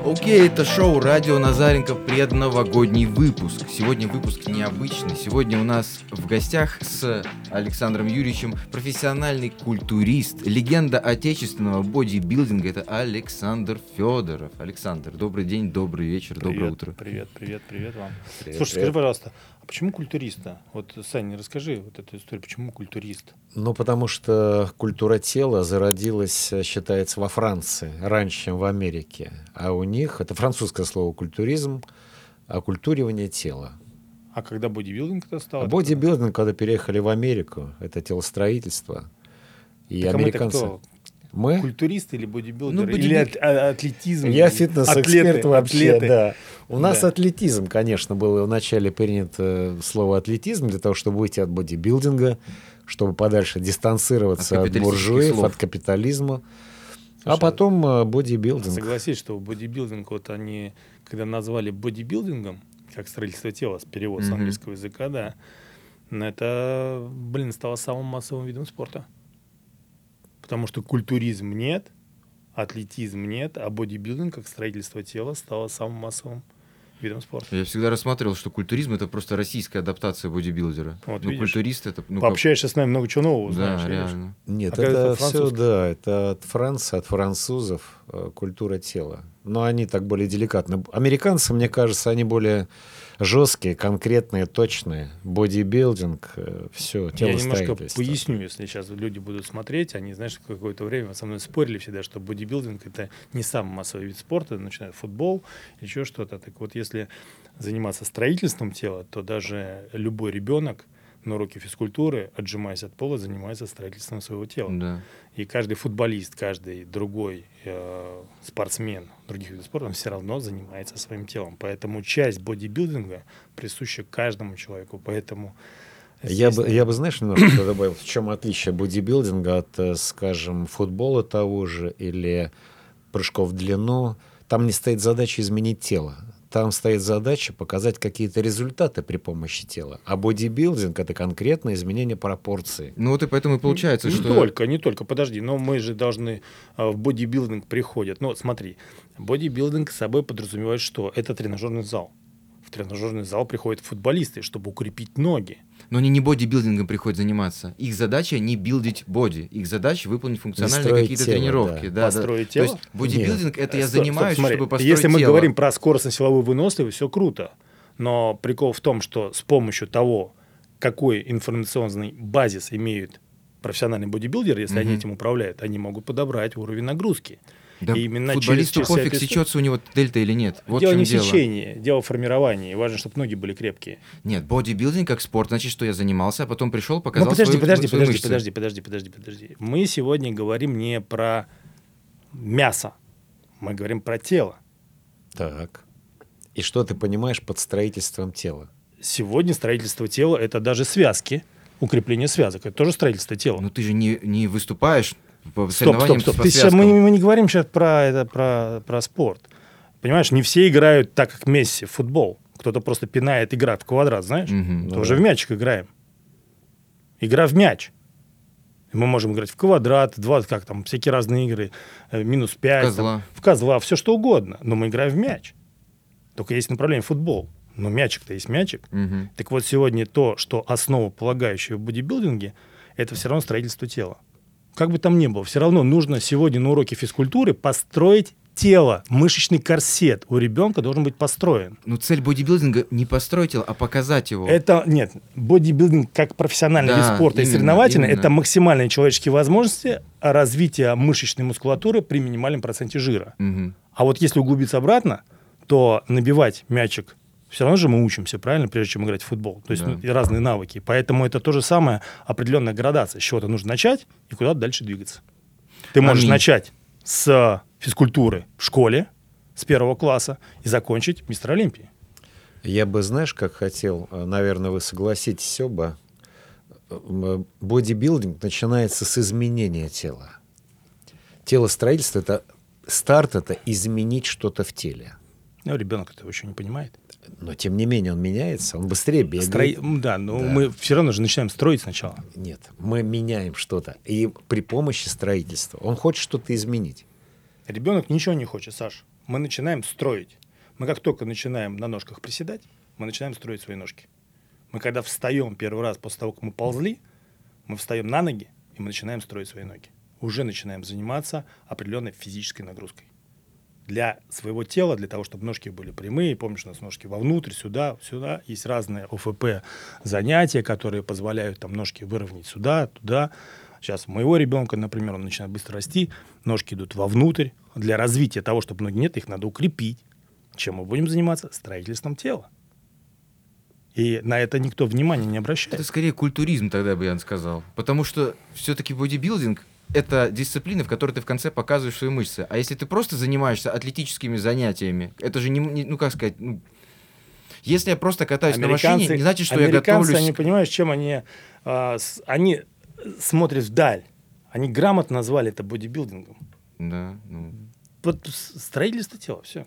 Окей, это шоу «Радио Назаренко», предновогодний выпуск. Сегодня выпуск необычный. Сегодня у нас в гостях с Александром Юрьевичем профессиональный культурист, легенда отечественного бодибилдинга. Это Александр Федоров. Александр, добрый день, добрый вечер, доброе утро. Привет вам. Привет, Слушай, скажи, пожалуйста, а почему культуриста? Вот, Саня, расскажи вот эту историю, почему культурист? Ну, потому что культура тела зародилась, считается, во Франции раньше, чем в Америке. А у них, это французское слово «культуризм», оккультуривание тела. А когда бодибилдинг это стало? Бодибилдинг, когда переехали в Америку, это телостроительство. И так американцы... А мы-то кто? Мы? Культуристы или бодибилдеры? Ну, или атлетизм? Я фитнес-эксперт вообще, атлеты. да. У нас Да. атлетизм, конечно, было вначале принято слово атлетизм для того, чтобы выйти от бодибилдинга, чтобы подальше дистанцироваться от буржуев, слов. от капитализма. Слушай, А потом бодибилдинг. Согласись, что бодибилдинг, вот они, когда назвали бодибилдингом, как строительство тела, с перевод с английского языка, да, но это, стало самым массовым видом спорта. Потому что культуризм нет, атлетизм нет, а бодибилдинг, как строительство тела, стало самым массовым видом спорта. Я всегда рассматривал, что культуризм — это просто российская адаптация бодибилдера. Вот Ну, видишь. культурист — это... Ну, Пообщаешься с нами, много чего нового да, узнаешь. видишь? реально. Нет, А когда это это все, французский? да, это от Франции, от французов культура тела. Но они так более деликатны. Американцы, мне кажется, они более жесткие, конкретные, точные. Бодибилдинг, все, Я немножко телостроительство. поясню, если сейчас люди будут смотреть, они, знаешь, какое-то время со мной спорили всегда, что бодибилдинг — это не самый массовый вид спорта, начинает футбол, еще что-то. Так вот, если заниматься строительством тела, то даже любой ребенок на уроке физкультуры, отжимаясь от пола, занимается строительством своего тела. Да. И каждый футболист, каждый другой спортсмен других видов спорта, он все равно занимается своим телом. Поэтому часть бодибилдинга присуща каждому человеку. Поэтому Я бы, знаешь, немножко добавил, в чем отличие бодибилдинга от, скажем, футбола того же или прыжков в длину. Там не стоит задача изменить тело. Там стоит задача показать какие-то результаты при помощи тела. А бодибилдинг — это конкретное изменение пропорций. Ну вот и поэтому и получается, не что... не только, подожди, но мы же должны в бодибилдинг приходят. Ну, вот смотри, бодибилдинг собой подразумевает, что это тренажерный зал. В тренажерный зал приходят футболисты, чтобы укрепить ноги. Но они не бодибилдингом приходят заниматься. Их задача не билдить боди. Их задача выполнить функциональные строить какие-то тело, тренировки. Да, Построить То тело? есть бодибилдинг — это я Стоп, занимаюсь, смотри. чтобы построить Если мы тело. говорим про скоростно-силовую выносливость, все круто. Но прикол в том, что с помощью того, какой информационный базис имеют профессиональные бодибилдеры, если они этим управляют, они могут подобрать уровень нагрузки. Да, И именно футболисту через пофиг, всякие- сечется у него дельта или нет. Вот дело в чем не в дело. сечении, дело в формировании. Важно, чтобы ноги были крепкие. Нет, бодибилдинг как спорт, значит, что я занимался, а потом пришел, Ну, показал свои мышцы. подожди. Мы сегодня говорим не про мясо, мы говорим про тело. Так. И что ты понимаешь под строительством тела? Сегодня строительство тела — это даже связки, укрепление связок. Это тоже строительство тела. Ну ты же не выступаешь по Стоп. соревнованиям по Ты сейчас, связкам. мы не говорим сейчас про спорт. Понимаешь, не все играют так, как Месси, в футбол. Кто-то просто пинает, играет в квадрат, знаешь? Мгм. Тоже в мячик играем. Игра в мяч. И мы можем играть в квадрат, как там, всякие разные игры, минус 5, Козла. в козла, все что угодно. Но мы играем в мяч. Только есть направление футбол. Но мячик-то есть мячик. Мгм. Так вот, сегодня то, что основополагающее в бодибилдинге, это все равно строительство тела. Как бы там ни было, все равно нужно сегодня на уроке физкультуры построить тело. Мышечный корсет у ребенка должен быть построен. Ну цель бодибилдинга не построить тело, а показать его. Нет, бодибилдинг как профессиональный Да, вид спорта и именно, соревновательный, именно. это максимальные человеческие возможности развития мышечной мускулатуры при минимальном проценте жира. Мгм. А вот если углубиться обратно, то набивать мячик все равно же мы учимся, правильно, прежде чем играть в футбол. То есть Да. и разные навыки. Поэтому это то же самое, определенная градация. С чего-то нужно начать и куда-то дальше двигаться. Ты можешь Аминь. начать с физкультуры в школе, с 1 класса, и закончить мистер Олимпии. Я бы, знаешь, как хотел, наверное, вы согласитесь оба, бодибилдинг начинается с изменения тела. Телостроительство — это старт, это изменить что-то в теле. Ну, ребенок этого еще не понимает. Но, тем не менее, он меняется, он быстрее бегает. Да, но мы все равно же начинаем строить сначала. Нет, мы меняем что-то. И при помощи строительства он хочет что-то изменить. Ребенок ничего не хочет, Саш. Мы начинаем строить. Мы как только начинаем на ножках приседать, мы начинаем строить свои ножки. Мы когда встаем первый раз после того, как мы ползли, мы встаем на ноги, и мы начинаем строить свои ноги. Уже начинаем заниматься определенной физической нагрузкой. Для своего тела, для того, чтобы ножки были прямые, помнишь, у нас ножки вовнутрь, сюда, сюда. Есть разные ОФП занятия, которые позволяют там ножки выровнять сюда, туда. Сейчас у моего ребенка, например, он начинает быстро расти, ножки идут вовнутрь. Для развития того, чтобы ноги нет, их надо укрепить. Чем мы будем заниматься? Строительством тела. И на это никто внимания не обращает. Это скорее культуризм тогда бы я сказал. Потому что все-таки бодибилдинг — это дисциплина, в которой ты в конце показываешь свои мышцы. А если ты просто занимаешься атлетическими занятиями, это же ну как сказать, если я просто катаюсь на машине, не значит, что я готовлюсь... Они, понимаешь, чем они смотрят вдаль. Они грамотно назвали это бодибилдингом. Да. Вот строительство тела, все.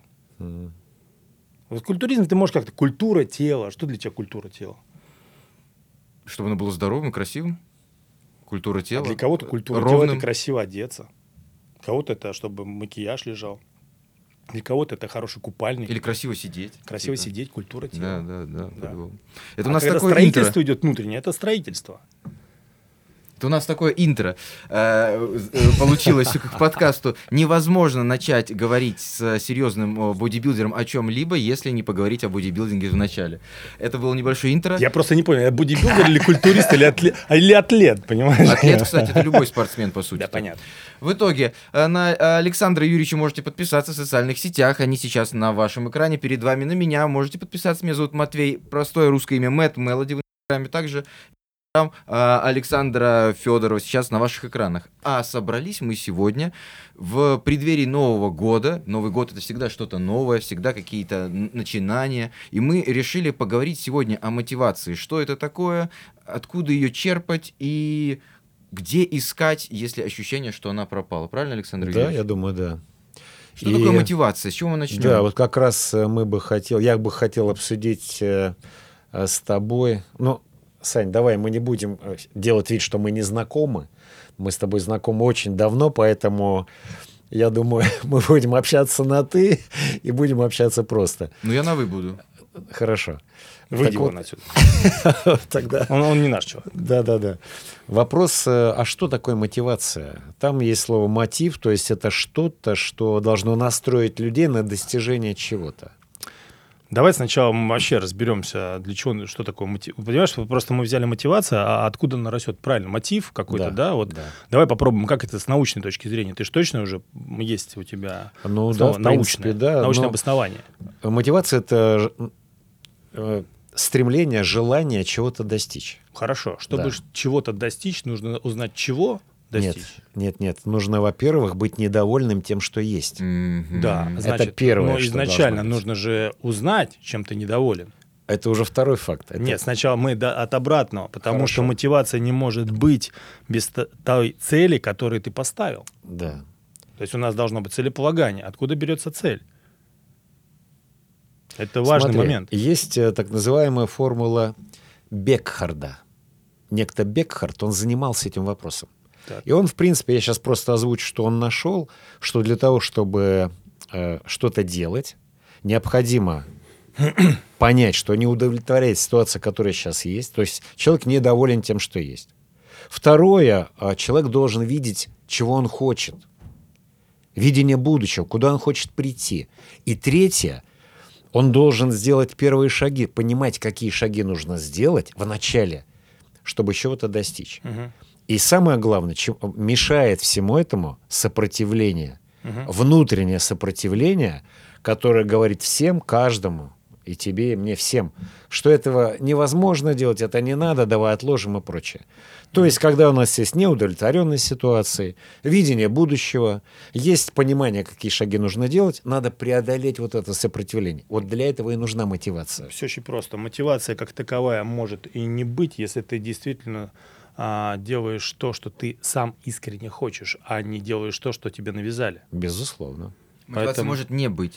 Вот культуризм ты можешь как-то... Культура тела. Что для тебя культура тела? Чтобы оно было здоровым, красивым. Культура тела. А для кого-то культура тела — это красиво одеться. Для кого-то это чтобы макияж лежал. Для кого-то это хороший купальник. Или красиво сидеть. Красиво сидеть, культура тела. Да. Это у нас такое строительство идет внутреннее, это строительство. Это у нас такое интро получилось к подкасту. Невозможно начать говорить с серьезным бодибилдером о чем-либо, если не поговорить о бодибилдинге в начале. Это было небольшое интро. Я просто не понял, это бодибилдер или культурист, или атлет, понимаешь? Атлет, кстати, это любой спортсмен, по сути. Да, понятно. В итоге, на Александра Юрьевича можете подписаться в социальных сетях. Они сейчас на вашем экране, перед вами, на меня. Можете подписаться. Меня зовут Матвей. Простое русское имя Мэтт Мелоди в инстаграме. Также Александра Федорова сейчас на ваших экранах. А собрались мы сегодня в преддверии Нового года. Новый год — это всегда что-то новое, всегда какие-то начинания. И мы решили поговорить сегодня о мотивации. Что это такое, откуда ее черпать и где искать, если ощущение, что она пропала. Правильно, Александр Юрьевич? Да, я думаю, да. Что такое мотивация? С чего мы начнем? Да, вот как раз я бы хотел обсудить с тобой. Ну, Сань, давай мы не будем делать вид, что мы не знакомы. Мы с тобой знакомы очень давно, поэтому я думаю, мы будем общаться на «ты» и будем общаться просто. Ну, я на «вы» буду. Хорошо. Выйди вон отсюда. Тогда... Он не наш чувак. Да. Вопрос, а что такое мотивация? Там есть слово «мотив», то есть это что-то, что должно настроить людей на достижение чего-то. Давай сначала мы вообще разберемся, для чего, что такое мотив. Понимаешь, просто мы взяли мотивацию, а откуда она растет? Правильно, мотив какой-то, да? Вот. Да. Давай попробуем, как это с научной точки зрения. Ты же точно уже есть у тебя научное обоснование? Мотивация — это стремление, желание чего-то достичь. Хорошо. Чтобы чего-то достичь, нужно узнать, чего достичь. Нет. Нужно, во-первых, быть недовольным тем, что есть. Да, значит, это первое, но изначально нужно же узнать, чем ты недоволен. Это уже второй факт. Нет, сначала мы от обратного, потому что мотивация не может быть без той цели, которую ты поставил. Да. То есть у нас должно быть целеполагание. Откуда берется цель? Это важный момент. Есть так называемая формула Бекхарда. Некто Бекхард, он занимался этим вопросом. Так. И он, в принципе, я сейчас просто озвучу, что он нашел, что для того, чтобы что-то делать, необходимо понять, что не удовлетворяет ситуация, которая сейчас есть. То есть человек недоволен тем, что есть. Второе, человек должен видеть, чего он хочет. Видение будущего, куда он хочет прийти. И третье, он должен сделать первые шаги, понимать, какие шаги нужно сделать в начале, чтобы чего-то достичь. И самое главное, мешает всему этому сопротивление. Внутреннее сопротивление, которое говорит всем, каждому, и тебе, и мне, всем, что этого невозможно делать, это не надо, давай отложим и прочее. То есть, когда у нас есть неудовлетворенность ситуации, видение будущего, есть понимание, какие шаги нужно делать, надо преодолеть вот это сопротивление. Вот для этого и нужна мотивация. Все очень просто. Мотивация как таковая может и не быть, если ты действительно делаешь то, что ты сам искренне хочешь, а не делаешь то, что тебе навязали. Безусловно. Мотивация может не быть.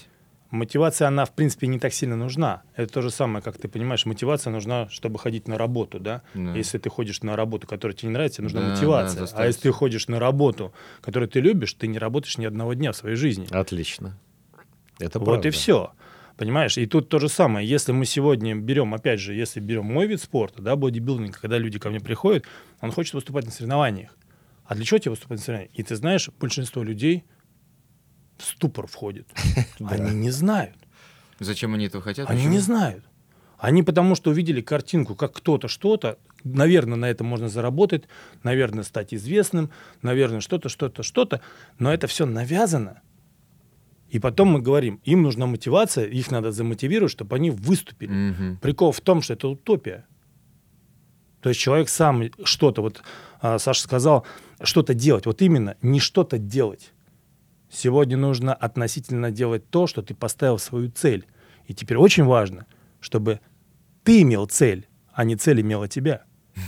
мотивация, она, в принципе, не так сильно нужна. Это то же самое, как ты понимаешь, мотивация нужна, чтобы ходить на работу, да? Да. Если ты ходишь на работу, которая тебе не нравится, нужна Да, мотивация. да, А если ты ходишь на работу, которую ты любишь, ты не работаешь ни одного дня в своей жизни. Отлично. Это Вот правда. и все. Понимаешь? И тут то же самое. Если мы сегодня берем, опять же, если берем мой вид спорта, да, бодибилдинг, когда люди ко мне приходят, он хочет выступать на соревнованиях. А для чего тебе выступать на соревнованиях? И ты знаешь, большинство людей в ступор входит. Они не знают. Зачем они этого хотят? Они Почему? не знают. Они потому что увидели картинку, как кто-то что-то, наверное, на этом можно заработать, наверное, стать известным, наверное, что-то, но это все навязано. И потом мы говорим, им нужна мотивация, их надо замотивировать, чтобы они выступили. Мгм. Прикол в том, что это утопия. То есть человек сам что-то, вот Саша сказал, что-то делать. Вот именно, не что-то делать. Сегодня нужно относительно делать то, что ты поставил свою цель. И теперь очень важно, чтобы ты имел цель, а не цель имела тебя.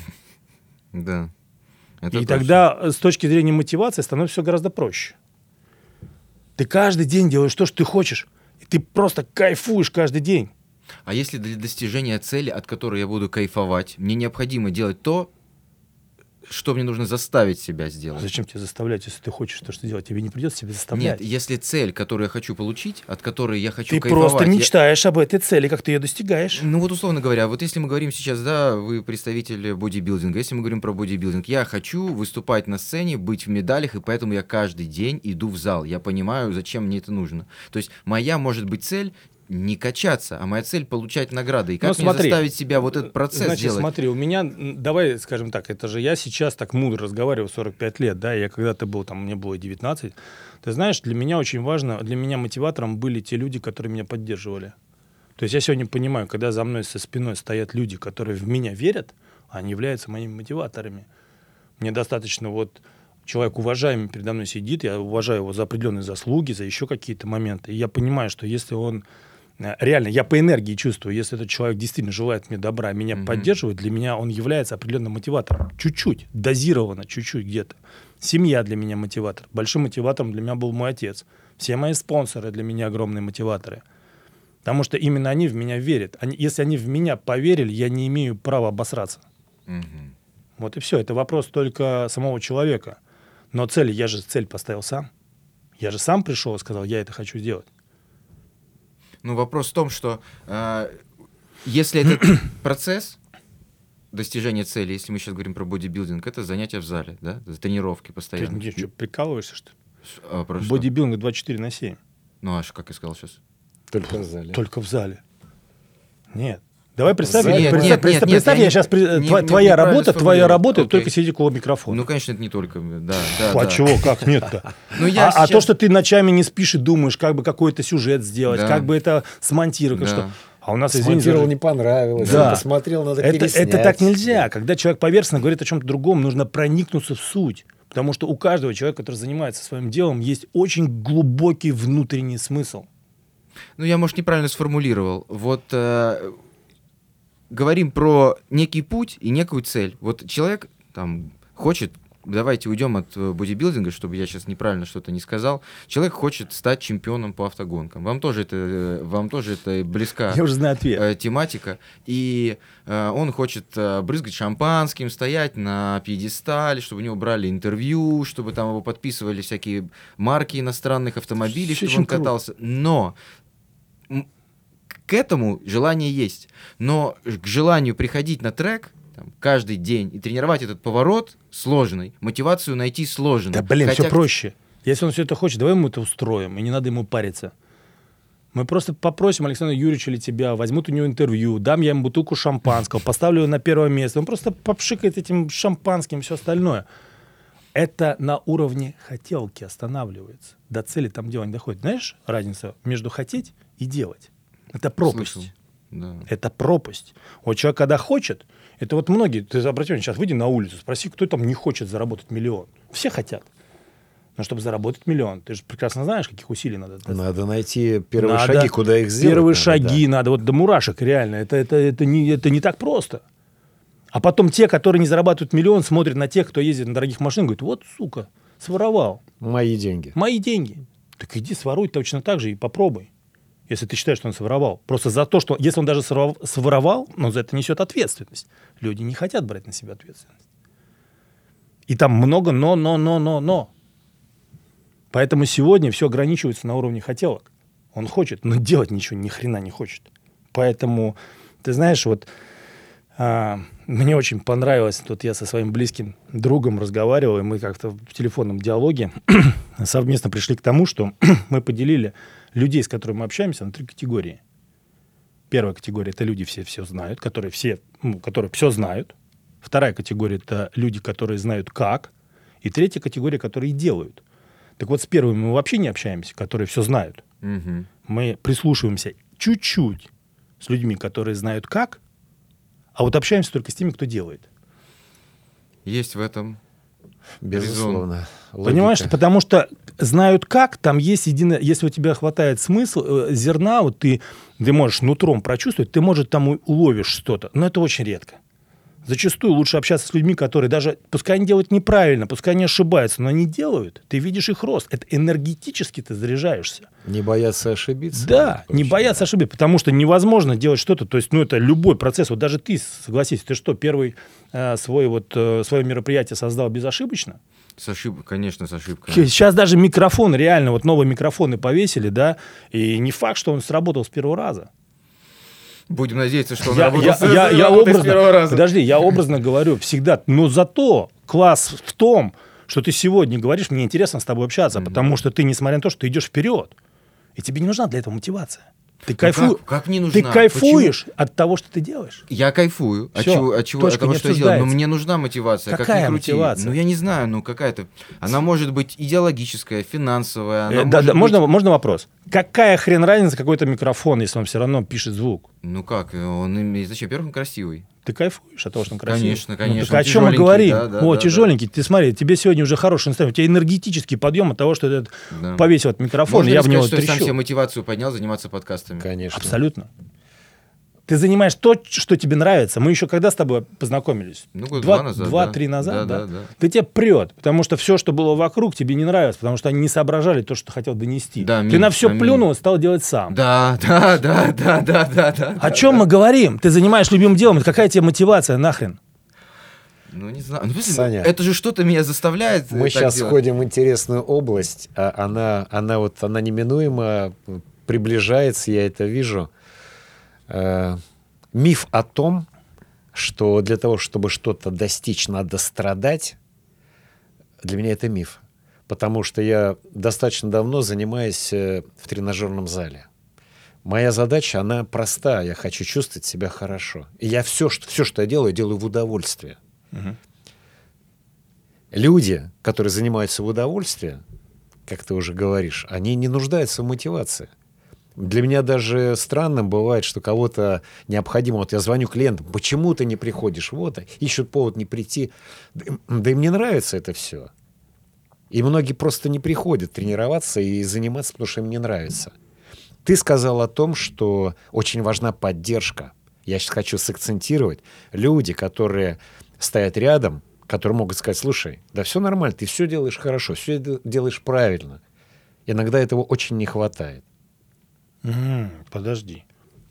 Да. Это И точно. тогда с точки зрения мотивации становится все гораздо проще. Ты каждый день делаешь то, что ты хочешь. И ты просто кайфуешь каждый день. А если для достижения цели, от которой я буду кайфовать, мне необходимо делать то, что мне нужно заставить себя сделать? Зачем тебе заставлять, если ты хочешь то, что делать? Тебе не придется себя заставлять. Нет, если цель, которую я хочу получить, от которой я хочу Ты кайфовать... просто мечтаешь об этой цели, как ты ее достигаешь. Ну вот условно говоря, вот если мы говорим сейчас, да, вы представитель бодибилдинга, если мы говорим про бодибилдинг, я хочу выступать на сцене, быть в медалях, и поэтому я каждый день иду в зал. Я понимаю, зачем мне это нужно. То есть моя, может быть, цель не качаться, а моя цель получать награды. И как мне смотри, заставить себя вот этот процесс Значит, делать? смотри, у меня, давай скажем так, это же я сейчас так мудро разговариваю, 45 лет, да, я когда-то был, там, мне было 19. Ты знаешь, для меня очень важно, для меня мотиватором были те люди, которые меня поддерживали. То есть я сегодня понимаю, когда за мной со спиной стоят люди, которые в меня верят, они являются моими мотиваторами. Мне достаточно вот человек уважаемый передо мной сидит, я уважаю его за определенные заслуги, за еще какие-то моменты. И я понимаю, что если он реально, я по энергии чувствую, если этот человек действительно желает мне добра, меня поддерживает, для меня он является определенным мотиватором. Чуть-чуть, дозированно, чуть-чуть где-то. Семья для меня мотиватор. Большим мотиватором для меня был мой отец. Все мои спонсоры для меня огромные мотиваторы. Потому что именно они в меня верят. Если они в меня поверили, я не имею права обосраться. Мгм. Вот и все. Это вопрос только самого человека. Но цель, я же цель поставил сам. Я же сам пришел и сказал, я это хочу сделать. Ну, вопрос в том, что если этот процесс достижения цели, если мы сейчас говорим про бодибилдинг, это занятия в зале, да, тренировки Ты постоянно. что, прикалываешься, что ли? Про что? Бодибилдинг 24/7. Ну, аж как я сказал сейчас. Только в зале. Только в зале. Нет. Давай представь, Нет, представь, я я сейчас не- твоя работа, сформулировал. Окей. только сидеть около микрофона. Ну, конечно, это не только, да. А да. чего, как нет-то? Ну, я А то, сейчас- что ты ночами не спишь и думаешь, как бы какой-то сюжет сделать, Да. как бы это смонтировать, Да. что. А у нас, извини, Смонтировал, даже- не понравилось. Да. Посмотрел, надо это переснять. так нельзя. Когда человек поверхностно говорит о чем-то другом, нужно проникнуться в суть. Потому что у каждого человека, который занимается своим делом, есть очень глубокий внутренний смысл. Ну, я, может, неправильно сформулировал. Вот говорим про некий путь и некую цель. Вот человек там хочет, давайте уйдем от бодибилдинга, чтобы я сейчас неправильно что-то не сказал. Человек хочет стать чемпионом по автогонкам. Вам тоже это близка Я уже знаю ответ. тематика. И он хочет брызгать шампанским, стоять на пьедестале, чтобы у него брали интервью, чтобы там его подписывали всякие марки иностранных автомобилей, Всё чтобы очень он катался. Но к этому желание есть. Но к желанию приходить на трек там, каждый день и тренировать этот поворот сложный, мотивацию найти сложно. Да, блин, Хотя- все проще. Если он все это хочет, давай ему это устроим, и не надо ему париться. Мы просто попросим Александра Юрьевича или тебя, возьмут у него интервью, дам я ему бутылку шампанского, поставлю его на первое место. Он просто попшикает этим шампанским и все остальное. Это на уровне хотелки останавливается. До цели там дело не доходит. Знаешь, разница между хотеть и делать? Это пропасть. Слышал. Да. Это пропасть. Вот человек, когда хочет, это вот многие, ты обрати внимание, сейчас выйди на улицу, спроси, кто там не хочет заработать 1 миллион. Все хотят. Но чтобы заработать 1 миллион, ты же прекрасно знаешь, каких усилий надо. Надо найти первые Надо. шаги, куда их сделать. Первые надо, шаги надо, вот до мурашек, реально. Это не так просто. А потом те, которые не зарабатывают 1 миллион, смотрят на тех, кто ездит на дорогих машинах, говорят, вот, сука, своровал. да. Мои деньги. Мои деньги. Так иди своруй точно так же и попробуй. если ты считаешь, что он своровал. Просто за то, что... Если он даже своровал, он за это несет ответственность. Люди не хотят брать на себя ответственность. И там много но. Поэтому сегодня все ограничивается на уровне хотелок. Он хочет, но делать ничего ни хрена не хочет. Поэтому, ты знаешь, вот мне очень понравилось, тут я со своим близким другом разговаривал, и мы как-то в телефонном диалоге совместно пришли к тому, что мы поделили людей, с которыми мы общаемся, на 3 категории. Первая категория – это люди все знают, которые все знают. Вторая категория – это люди, которые знают как. И третья категория, которые делают. Так вот, с первыми мы вообще не общаемся, которые все знают. Мгм. Мы прислушиваемся чуть-чуть с людьми, которые знают как, а вот общаемся только с теми, кто делает. Есть в этом. Безусловно. Логика. Понимаешь? Потому что знают как, там есть единое... Если у тебя хватает зерна, вот ты можешь нутром прочувствовать, ты, может, там уловишь что-то, но это очень редко. Зачастую лучше общаться с людьми, которые даже, пускай они делают неправильно, пускай они ошибаются, но они делают. Ты видишь их рост. Это энергетически ты заряжаешься. Не бояться ошибиться. Да, не бояться ошибиться, потому что невозможно делать что-то. То есть, это любой процесс. Вот даже ты, согласись, ты что, свое мероприятие создал безошибочно? Конечно, с ошибкой. Сейчас даже микрофон, реально, вот новые микрофоны повесили, да, и не факт, что он сработал с первого раза. Будем надеяться, что он Я работал с образно, первого раза. подожди, я образно говорю всегда, но зато класс в том, что ты сегодня говоришь, мне интересно с тобой общаться, потому что ты, несмотря на то, что ты идешь вперед, и тебе не нужна для этого мотивация. Ты как не нужна? Ты кайфуешь от того, что ты делаешь. Я кайфую. Всё, От того, точка не что я делаю. Но обсуждается. мне нужна мотивация. Какая как ни крути. мотивация? Ну, я не знаю, какая-то... Она может быть идеологическая, финансовая. Она Да, может быть... можно вопрос? Какая хрен разница какой-то микрофон, если он все равно пишет звук? Ну как? Зачем? Во-первых, он красивый. Ты кайфуешь от того, что он красивый? Конечно. Так о чем мы говорим? Да, тяжеленький. Ты смотри, тебе сегодня уже хороший настроение. У тебя энергетический подъем от того, что ты Да. повесил этот микрофон, Можно и я ли в него сказать, что я сам трещу. себе мотивацию поднял заниматься подкастами? Конечно. Абсолютно. Ты занимаешь то, что тебе нравится. Мы еще когда с тобой познакомились? Года 2 назад. 2-3 назад, Да. Ты тебе прет, потому что все, что было вокруг, тебе не нравилось, потому что они не соображали то, что ты хотел донести. Да, Ты на все аминь. плюнул и стал делать сам. Да. О чем мы говорим? Ты занимаешь любимым делом, какая тебе мотивация нахрен? Ну, не знаю. Ну, Саня, это же что-то меня заставляет Мы так сейчас делать. входим в интересную область, а она неминуемо приближается, я это вижу. Миф о том, что для того, чтобы что-то достичь, надо страдать, для меня это миф. Потому что я достаточно давно занимаюсь в тренажерном зале. Моя задача, она проста. Я хочу чувствовать себя хорошо. И я все, что я делаю в удовольствие. Угу. Люди, которые занимаются в удовольствии, как ты уже говоришь, они не нуждаются в мотивации. Для меня даже странным бывает, что кого-то необходимо... Вот я звоню клиентам, почему ты не приходишь? Вот, ищут повод не прийти. Да им не нравится это все. И многие просто не приходят тренироваться и заниматься, потому что им не нравится. Ты сказал о том, что очень важна поддержка. Я сейчас хочу сакцентировать. Люди, которые стоят рядом, которые могут сказать, слушай, да все нормально, ты все делаешь хорошо, все делаешь правильно. Иногда этого очень не хватает. Подожди.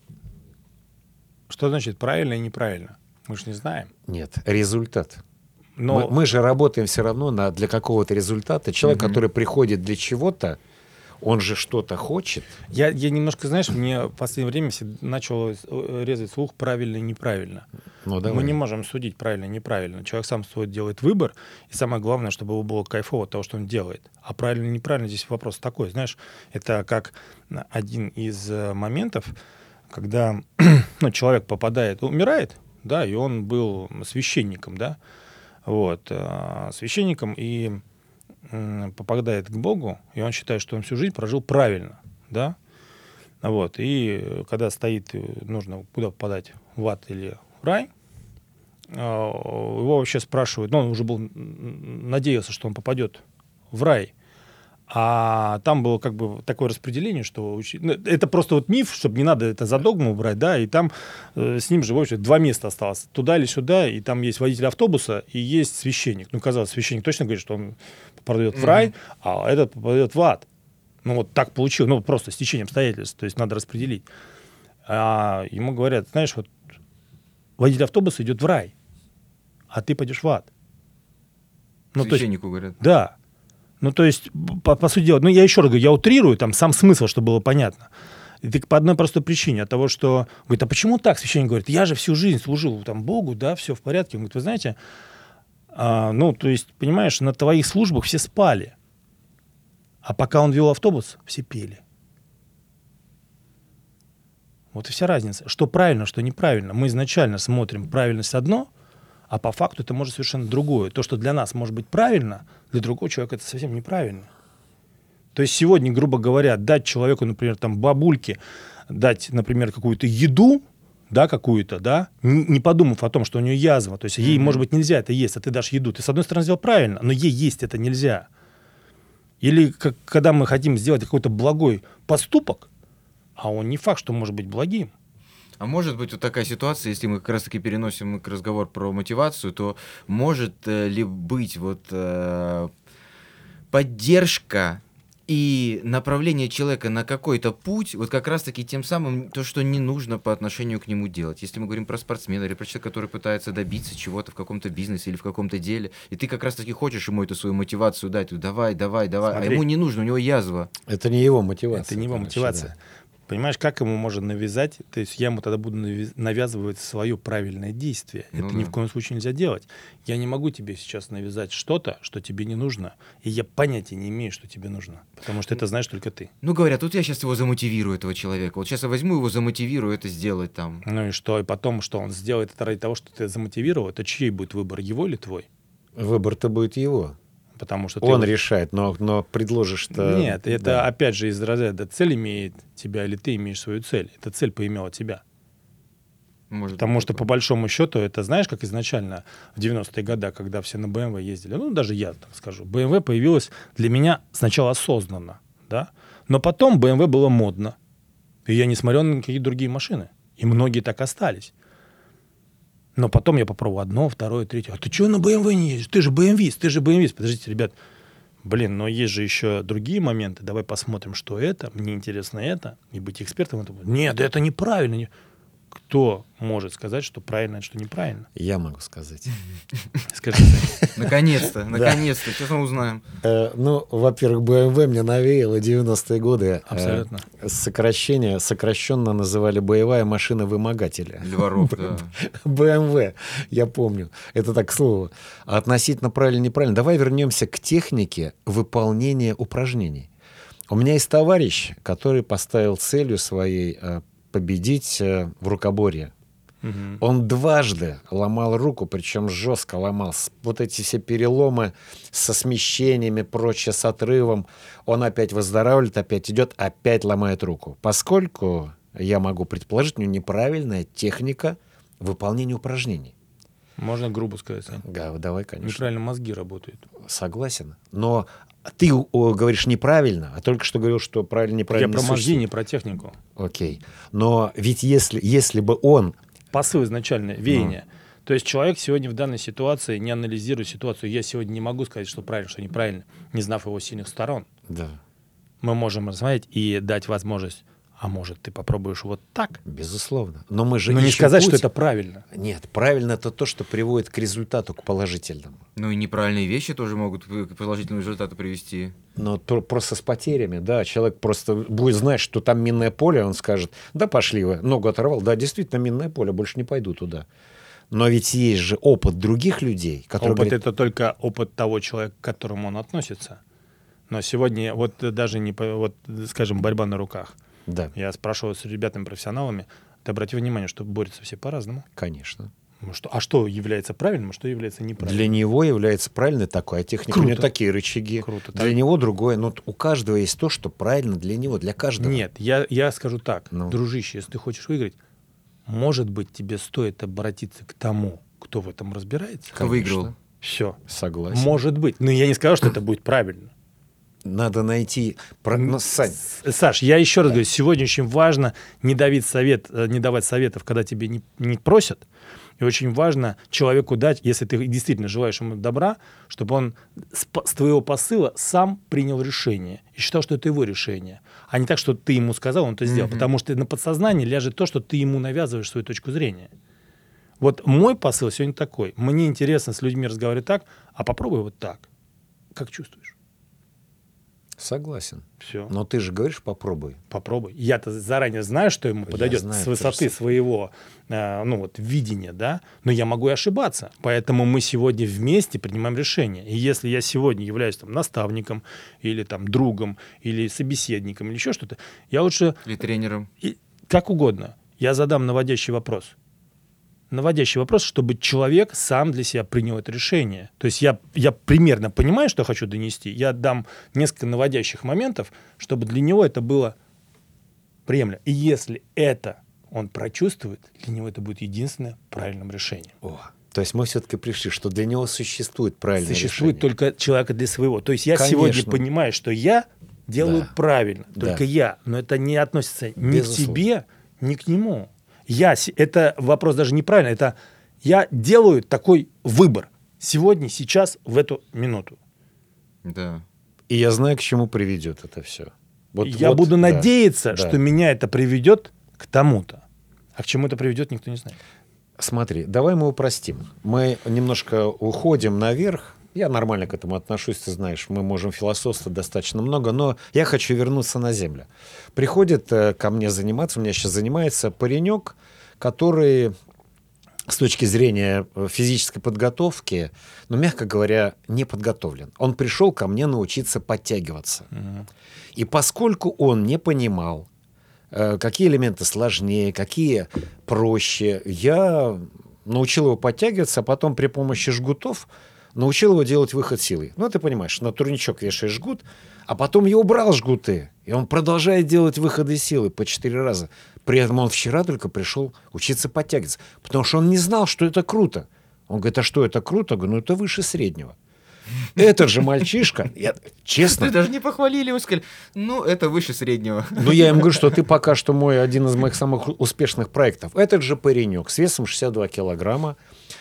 Что значит правильно и неправильно? Мы же не знаем. Нет, результат. Но... Мы же работаем все равно для какого-то результата. Человек, который приходит для чего-то, он же что-то хочет. Я немножко, знаешь, мне в последнее время начал резать слух правильно и неправильно. Ну, давай. Мы не можем судить правильно и неправильно. Человек сам свой делает выбор, и самое главное, чтобы его было кайфово от того, что он делает. А правильно и неправильно здесь вопрос такой. Знаешь, это как один из моментов, когда человек умирает, да, и он был священником, да, священником, и попадает к Богу, и он считает, что он всю жизнь прожил правильно, да, и когда нужно куда попадать, в ад или в рай, его вообще спрашивают, он уже надеялся, что он попадет в рай, а там было как бы такое распределение, что это просто миф, чтобы не надо это за догму брать, да, и там с ним же, в общем, 2 места осталось, туда или сюда, и там есть водитель автобуса и есть священник. Казалось, священник точно говорит, что он попадет в рай, а этот попадет в ад. Ну, вот так получилось. Ну, просто стечение обстоятельств. То есть надо распределить. А ему говорят, знаешь, вот водитель автобуса идет в рай, а ты пойдешь в ад. Ну, Священнику говорят. Да. Ну, то есть, по сути дела, ну, я еще раз говорю, я утрирую, там, сам смысл, чтобы было понятно. И так по одной простой причине, от того, что, говорит, а почему так? Священник говорит, я же всю жизнь служил там Богу, да, все в порядке. Он говорит, вы знаете, ну, то есть, понимаешь, на твоих службах все спали, а пока он вел автобус, все пели. Вот и вся разница. Что правильно, что неправильно. Мы изначально смотрим правильность одно, а по факту это может совершенно другое. То, что для нас может быть правильно, для другого человека это совсем неправильно. То есть сегодня, грубо говоря, дать человеку, например, там, бабульке, дать, например, какую-то еду, да, какую-то, да, не подумав о том, что у нее язва, то есть ей, может быть, нельзя это есть, а ты дашь еду. Ты, с одной стороны, сделал правильно, но ей есть это нельзя. Или когда мы хотим сделать какой-то благой поступок, а он не факт, что может быть благим. А может быть вот такая ситуация, если мы как раз-таки переносим к разговор про мотивацию, то может ли быть вот поддержка и направление человека на какой-то путь, вот как раз-таки тем самым то, что не нужно по отношению к нему делать. Если мы говорим про спортсмена или про человека, который пытается добиться чего-то в каком-то бизнесе или в каком-то деле, и ты как раз-таки хочешь ему эту свою мотивацию дать, давай, Смотри. а ему не нужно, у него язва. Это не его мотивация. Это не его короче, мотивация. да. Понимаешь, как ему можно навязать? То есть я ему тогда буду навязывать свое правильное действие. Ну это да. ни в коем случае нельзя делать. Я не могу тебе сейчас навязать что-то, что тебе не нужно. И я понятия не имею, что тебе нужно. Потому что это знаешь только ты. Ну, говорят, вот я сейчас его замотивирую, этого человека. Вот сейчас я возьму его, замотивирую это сделать там. Ну и что? И потом, что он сделает это ради того, что ты замотивировал, это чей будет выбор, его или твой? Выбор-то будет его. Потому что Он ты... решает, но предложишь-то... Нет, это да. опять же из разряда цель имеет тебя или ты имеешь свою цель. Эта цель поимела тебя. Может Потому быть, что, такое. по большому счету, это знаешь, как изначально в 90-е годы, когда все на BMW ездили, ну, даже я так скажу, BMW появилась для меня сначала осознанно, да, но потом BMW было модно, и я не смотрел на какие другие машины, и многие так остались. Но потом я попробовал одно, второе, третье. А ты чего на BMW не едешь? Ты же BMW-ист. Подождите, ребят. Блин, но есть же еще другие моменты. Давай посмотрим, что это. Мне интересно это. И быть экспертом в этом. Нет, это неправильно. Кто может сказать, что правильно, а что неправильно? Я могу сказать. Скажи. Наконец-то, сейчас мы узнаем. Ну, во-первых, BMW мне навеяло 90-е годы. Абсолютно. Сокращенно называли боевая машина вымогателя. Льворов, да. BMW, я помню. Это так, к слову. А относительно правильно-неправильно. Давай вернемся к технике выполнения упражнений. У меня есть товарищ, который поставил целью своей победить в рукоборье. Мгм. Он дважды ломал руку, причем жестко ломал. Вот эти все переломы со смещениями, прочее, с отрывом. Он опять выздоравливает, опять идет, опять ломает руку. Поскольку, я могу предположить, у него неправильная техника выполнения упражнений. Можно грубо сказать. Сань. Давай, конечно. Неправильно мозги работают. Согласен. Но ты говоришь неправильно, а только что говорил, что правильно-неправильно. Я про мозги, существует. не про технику. Окей. Но ведь если бы он... Посыл изначально, веяние. То есть человек сегодня в данной ситуации не анализирует ситуацию. Я сегодня не могу сказать, что правильно, что неправильно, не знав его сильных сторон. Да. Мы можем рассмотреть и дать возможность, а может, ты попробуешь вот так? Безусловно. Но мы же Но не ищем сказать, путь. что это правильно. Нет, правильно это то, что приводит к результату, к положительному. Ну и неправильные вещи тоже могут к положительному результату привести. Но просто с потерями, да, человек просто будет знать, что там минное поле, он скажет, да пошли вы, ногу оторвал, да, действительно минное поле, больше не пойду туда. Но ведь есть же опыт других людей, которые Опыт говорят, это только опыт того человека, к которому он относится. Но сегодня вот даже не, вот, скажем, борьба на руках. да, Я спрашивал с ребятами-профессионалами, ты обрати внимание, что борются все по-разному. конечно. А что является правильным, а что является неправильным? Для него является правильной такой, а техника у него Круто. такие рычаги. Круто. Для него другое. Но у каждого есть то, что правильно для него, для каждого. Нет, я скажу так, Ну. дружище, если ты хочешь выиграть, может быть, тебе стоит обратиться к тому, кто в этом разбирается. Кто выиграл? Все. Согласен. Может быть. Но я не сказал, что это будет правильно. Надо найти... Ну, Сань, Саш, я еще раз говорю, сегодня очень важно не давать советов, когда тебе не просят, И очень важно человеку дать, если ты действительно желаешь ему добра, чтобы он с твоего посыла сам принял решение и считал, что это его решение. А не так, что ты ему сказал, он это сделал. Потому что на подсознании ляжет то, что ты ему навязываешь свою точку зрения. Вот мой посыл сегодня такой. Мне интересно с людьми разговаривать так, а попробуй вот так. Как чувствуешь? Согласен. Все. Но ты же говоришь, попробуй. Попробуй. Я-то заранее знаю, что ему подойдет знаю, с высоты своего видения, да, но я могу и ошибаться. Поэтому мы сегодня вместе принимаем решение. И если я сегодня являюсь там наставником или там другом, или собеседником, или еще что-то, я лучше... Или тренером. Как угодно. Я задам наводящий вопрос. Наводящий вопрос, чтобы человек сам для себя принял это решение. То есть я примерно понимаю, что хочу донести. Я дам несколько наводящих моментов, чтобы для него это было приемлемо. И если это он прочувствует, для него это будет единственное правильным решением. То есть мы все-таки пришли, что для него существует правильное Существует решение. только человека для своего. То есть я Конечно. сегодня понимаю, что я делаю правильно. Да. Только я. Но это не относится ни Безусловно. к тебе, ни к нему. Это вопрос даже неправильно. Это я делаю такой выбор. Сегодня, сейчас, в эту минуту. Да. И я знаю, к чему приведет это все. Я буду надеяться, да. что меня это приведет к тому-то. А к чему это приведет, никто не знает. Смотри, давай мы упростим. Мы немножко уходим наверх. Я нормально к этому отношусь, ты знаешь. Мы можем философствовать достаточно много, но я хочу вернуться на землю. Приходит ко мне заниматься, у меня сейчас занимается паренек, который с точки зрения физической подготовки, мягко говоря, не подготовлен. Он пришел ко мне научиться подтягиваться. И поскольку он не понимал, какие элементы сложнее, какие проще, я научил его подтягиваться, а потом при помощи жгутов научил его делать выход силой. Ты понимаешь, на турничок вешаешь жгут, а потом я убрал жгуты, и он продолжает делать выходы силы по 4 раза. При этом он вчера только пришел учиться подтягиваться, потому что он не знал, что это круто. Он говорит, а что это круто? Я говорю, это выше среднего. Этот же мальчишка, честно... Ты даже не похвалили, вы сказали, это выше среднего. Я им говорю, что ты пока что один из моих самых успешных проектов. Этот же паренек с весом 62 килограмма,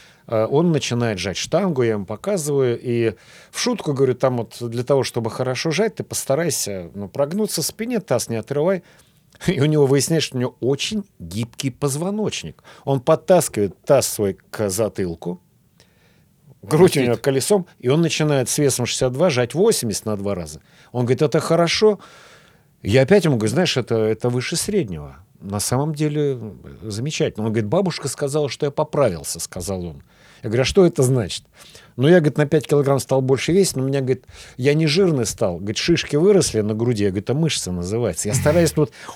он начинает жать штангу, я ему показываю, и в шутку говорю, там для того, чтобы хорошо жать, ты постарайся прогнуться в спине, таз не отрывай. И у него выясняется, что у него очень гибкий позвоночник. Он подтаскивает таз свой к затылку, грудь у него колесом, и он начинает с весом 62 жать 80 на 2 раза. Он говорит, это хорошо. Я опять ему говорю, знаешь, это выше среднего. На самом деле замечательно. Он говорит, бабушка сказала, что я поправился, сказал он. Я говорю, а что это значит? Я, говорит, на 5 килограмм стал больше весить, но у меня, говорит, я не жирный стал. Говорит, шишки выросли на груди. Я говорю, это мышца называется. Я стараюсь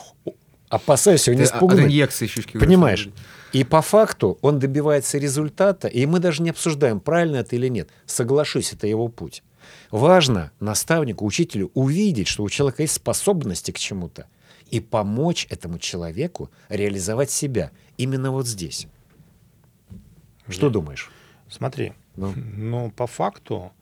опасаюсь его не спугнуть. От инъекции шишки выросли. Понимаешь? И по факту он добивается результата, и мы даже не обсуждаем, правильно это или нет. Соглашусь, это его путь. Важно наставнику, учителю увидеть, что у человека есть способности к чему-то, и помочь этому человеку реализовать себя именно вот здесь. Что думаешь? Смотри, по факту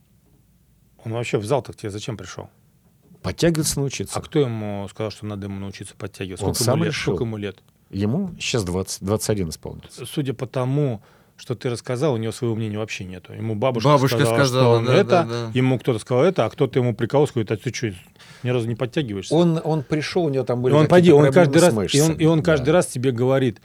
он вообще в зал-то к тебе зачем пришел? Подтягиваться научиться. А кто ему сказал, что надо ему научиться подтягиваться? Он сам решил. Сколько ему лет? Ему сейчас 21 исполнится. Судя по тому, что ты рассказал, у него своего мнения вообще нету. Ему бабушка сказала, что он да. ему кто-то сказал это, а кто-то ему приколол, говорит, а ты что, ни разу не подтягиваешься? Он пришел, у него там были какие-то проблемы каждый с раз, мышцами. И он каждый раз тебе говорит,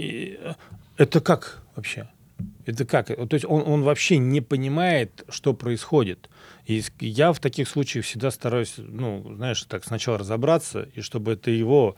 это как вообще? Это как? То есть он вообще не понимает, что происходит. И я в таких случаях всегда стараюсь, так сначала разобраться, и чтобы это его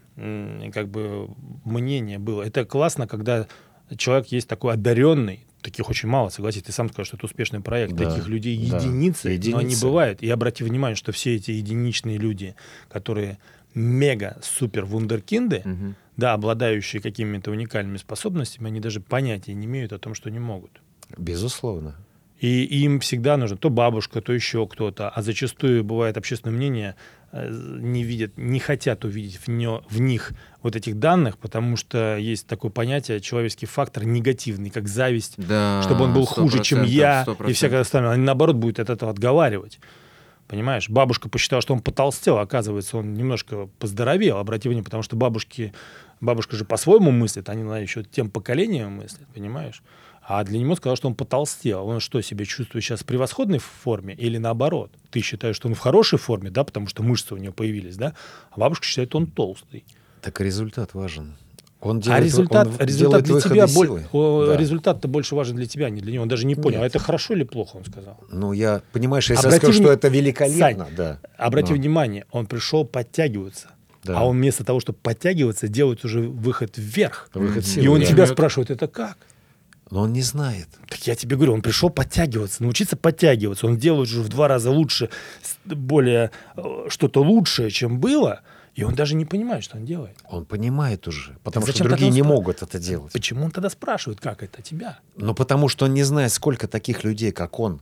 мнение было. Это классно, когда человек есть такой одаренный, таких очень мало, согласись, ты сам сказал, что это успешный проект, таких людей единицы, но они бывают. И обрати внимание, что все эти единичные люди, которые мега-супер вундеркинды, обладающие какими-то уникальными способностями, они даже понятия не имеют о том, что не могут. Безусловно. И им всегда нужно то бабушка, то еще кто-то. А зачастую бывает общественное мнение не хотят увидеть в них вот этих данных, потому что есть такое понятие, человеческий фактор негативный, как зависть, чтобы он был хуже, чем я, 100%. и всякое остальное. Они, наоборот, будут от этого отговаривать. Понимаешь? Бабушка посчитала, что он потолстел, а оказывается, он немножко поздоровел. Обрати внимание, потому что бабушка же по-своему мыслит, они еще тем поколением мыслят, понимаешь? А для него сказал, что он потолстел. Он что, себя чувствует сейчас в превосходной форме или наоборот? Ты считаешь, что он в хорошей форме, да, потому что мышцы у него появились, да? А бабушка считает, что он толстый. Так результат важен. Он результат для тебя да. результат-то больше важен для тебя, а не для него. Он даже не понял, а это хорошо или плохо, он сказал. Ну, понимаешь, если я скажу, что это великолепно, Сань, да. Обрати внимание, он пришел подтягиваться. Да. А он вместо того, чтобы подтягиваться, делает уже выход вверх. Выход силы, и он да. тебя спрашивает, это как? Но он не знает. Так я тебе говорю, он пришел подтягиваться, научиться подтягиваться. Он делает уже в 2 раза лучше, более что-то лучшее, чем было. И он даже не понимает, что он делает. Он понимает уже, потому Так что другие не могут это делать. Почему он тогда спрашивает, как это тебя? Ну, потому что он не знает, сколько таких людей, как он.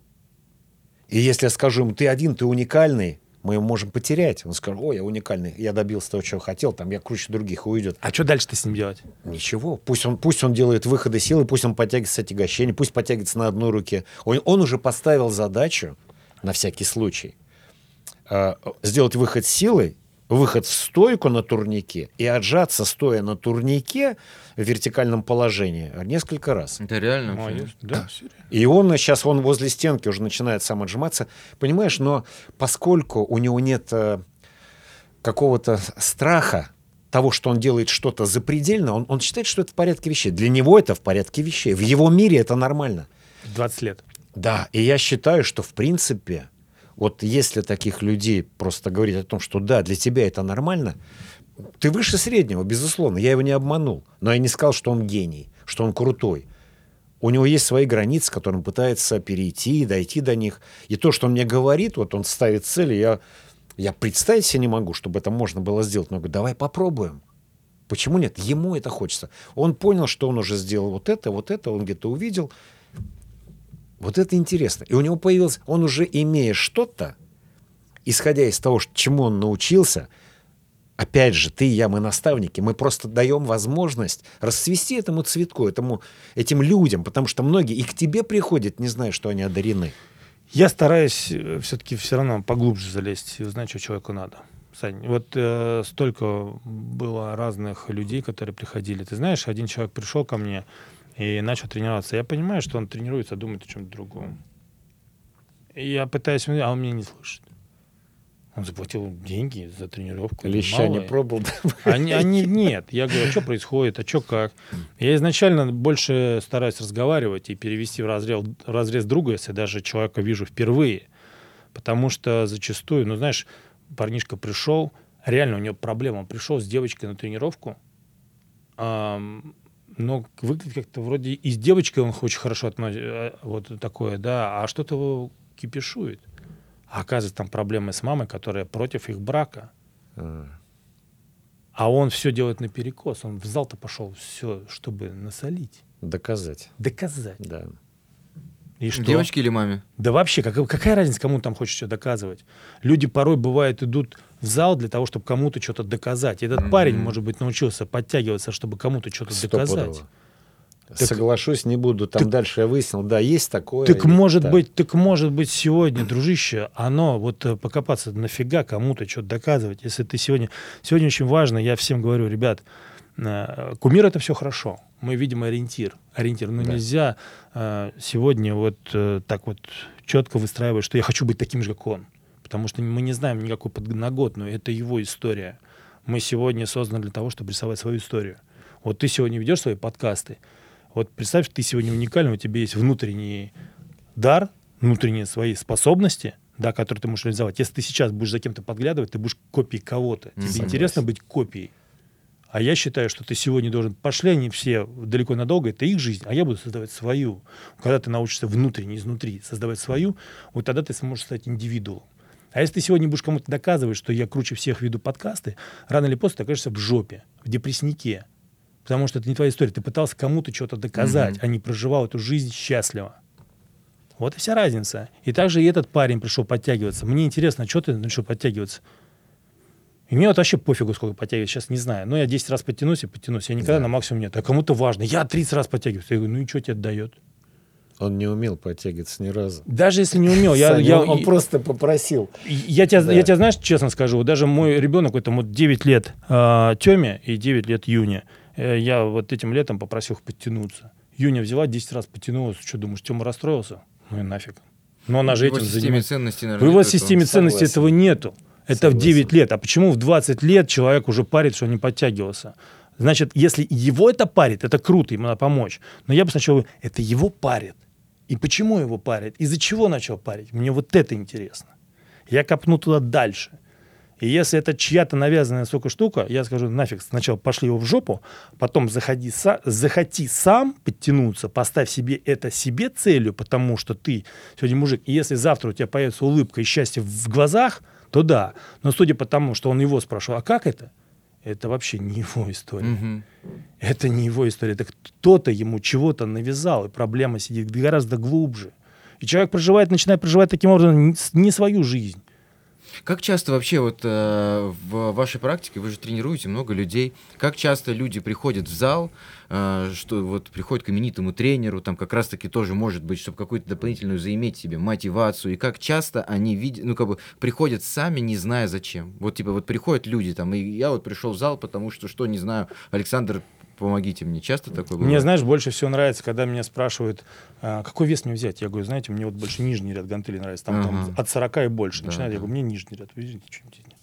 И если я скажу ему, ты один, ты уникальный, мы его можем потерять. Он скажет, ой, я уникальный, я добился того, чего хотел, там я круче других, уйдет. А что дальше-то с ним делать? Ничего. Пусть он делает выходы силы, пусть он подтягивается с отягощения, пусть подтягивается на одной руке. Он уже поставил задачу, на всякий случай, сделать выход силой, выход в стойку на турнике и отжаться, стоя на турнике в вертикальном положении несколько раз. Это реально? Да, все реально. И он сейчас возле стенки уже начинает сам отжиматься. Понимаешь, но поскольку у него нет какого-то страха того, что он делает что-то запредельно, он считает, что это в порядке вещей. Для него это в порядке вещей. В его мире это нормально. 20 лет. Да, и я считаю, что в принципе, вот если таких людей просто говорить о том, что да, для тебя это нормально, ты выше среднего, безусловно, я его не обманул, но я не сказал, что он гений, что он крутой. У него есть свои границы, которые он пытается перейти, дойти до них. И то, что он мне говорит, вот он ставит цели, я представить себе не могу, чтобы это можно было сделать. Но я говорю, давай попробуем. Почему нет? Ему это хочется. Он понял, что он уже сделал вот это, он где-то увидел. Вот это интересно. И у него появилось, он уже имея что-то, исходя из того, чему он научился, опять же, ты и я, мы наставники, мы просто даем возможность расцвести этому цветку, этим людям, потому что многие и к тебе приходят, не зная, что они одарены. Я стараюсь все-таки все равно поглубже залезть и узнать, что человеку надо. Сань, вот столько было разных людей, которые приходили. Ты знаешь, один человек пришел ко мне и начал тренироваться. Я понимаю, что он тренируется, думает о чем-то другом. И я пытаюсь, а он меня не слышит. Он заплатил деньги за тренировку. Леща не пробовал? Нет. Я говорю, а что происходит, а что как? Я изначально больше стараюсь разговаривать и перевести в разрез друга, если даже человека вижу впервые. Потому что зачастую, ну знаешь, парнишка пришел, реально у него проблема. Он пришел с девочкой на тренировку, но выглядит как-то вроде и с девочкой он очень хорошо относится, вот такое, да, а что-то его кипишует. А оказывается, там проблемы с мамой, которая против их брака. А он все делает наперекос. Он в зал-то пошел все, чтобы насолить. Доказать. Да. И что? Девочке или маме? Да вообще, какая разница, кому там хочет что доказывать? Люди порой, бывает, идут в зал для того, чтобы кому-то что-то доказать. И этот парень, может быть, научился подтягиваться, чтобы кому-то что-то доказать. Соглашусь, не буду. Там дальше я выяснил, да, есть такое. Так может быть сегодня, дружище, оно, вот покопаться, нафига кому-то что-то доказывать. Если ты сегодня очень важно, я всем говорю, ребят, кумир — это все хорошо. Мы видим ориентир. Но нельзя сегодня вот так вот четко выстраивать, что я хочу быть таким же, как он. Потому что мы не знаем никакой подноготную. Это его история. Мы сегодня созданы для того, чтобы рисовать свою историю. Вот ты сегодня ведешь свои подкасты. Вот представь, ты сегодня уникальный, у тебя есть внутренний дар, внутренние свои способности, да, которые ты можешь реализовать. Если ты сейчас будешь за кем-то подглядывать, ты будешь копией кого-то. Тебе интересно быть копией. А я считаю, что ты сегодня должен... Пошли они все далеко и надолго, это их жизнь, а я буду создавать свою. Когда ты научишься внутренне, изнутри создавать свою, вот тогда ты сможешь стать индивидуумом. А если ты сегодня будешь кому-то доказывать, что я круче всех веду подкасты, рано или поздно ты окажешься в жопе, в депрессняке. Потому что это не твоя история. Ты пытался кому-то что-то доказать, а не проживал эту жизнь счастливо. Вот и вся разница. И также и этот парень пришел подтягиваться. Мне интересно, что ты решил подтягиваться? И мне вот вообще пофигу, сколько подтягивать, сейчас не знаю. Но я 10 раз подтянусь и подтянусь. Я никогда на максимум нет. А кому-то важно. Я 30 раз подтягиваюсь. Я говорю, ну и что тебе это дает? Он не умел подтягиваться ни разу. Даже если не умел, Он просто попросил. Я тебе, знаешь, честно скажу, вот даже мой ребенок, это вот 9 лет Тёме и 9 лет Юне, я вот этим летом попросил их подтянуться. Юня взяла 10 раз подтянулась. Что, думаешь, Тёма расстроился? Ну и нафиг. Но она же этим занимается. В его системе ценностей этого нету. Это в 9 лет. А почему в 20 лет человек уже парит, что не подтягивался? Значит, если его это парит, это круто, ему надо помочь. Но я бы сначала... Это его парит. И почему его парит? Из-за чего начал парить? Мне вот это интересно. Я копну туда дальше. И если это чья-то навязанная, сука, штука, я скажу, нафиг, сначала пошли его в жопу, потом захоти сам подтянуться, поставь себе это себе целью, потому что ты сегодня мужик. И если завтра у тебя появится улыбка и счастье в глазах, то да. Но судя по тому, что он его спрашивал, а как это? Это вообще не его история. Угу. Это не его история. Это кто-то ему чего-то навязал, и проблема сидит гораздо глубже. И человек начинает проживать таким образом не свою жизнь. Как часто вообще вот в вашей практике, вы же тренируете много людей, как часто люди приходят в зал, что вот приходят к именитому тренеру, там как раз-таки тоже может быть, чтобы какую-то дополнительную заиметь себе мотивацию, и как часто они видят, ну как бы приходят сами, не зная зачем. Вот типа вот приходят люди там, и я вот пришел в зал, потому что не знаю, Александр, помогите мне. Часто такое бывает? Мне, знаешь, больше всего нравится, когда меня спрашивают, какой вес мне взять. Я говорю, знаете, мне вот больше нижний ряд гантелей нравится. Там от 40 и больше. Начинает, я говорю, мне нижний ряд. Извините, что-нибудь нет.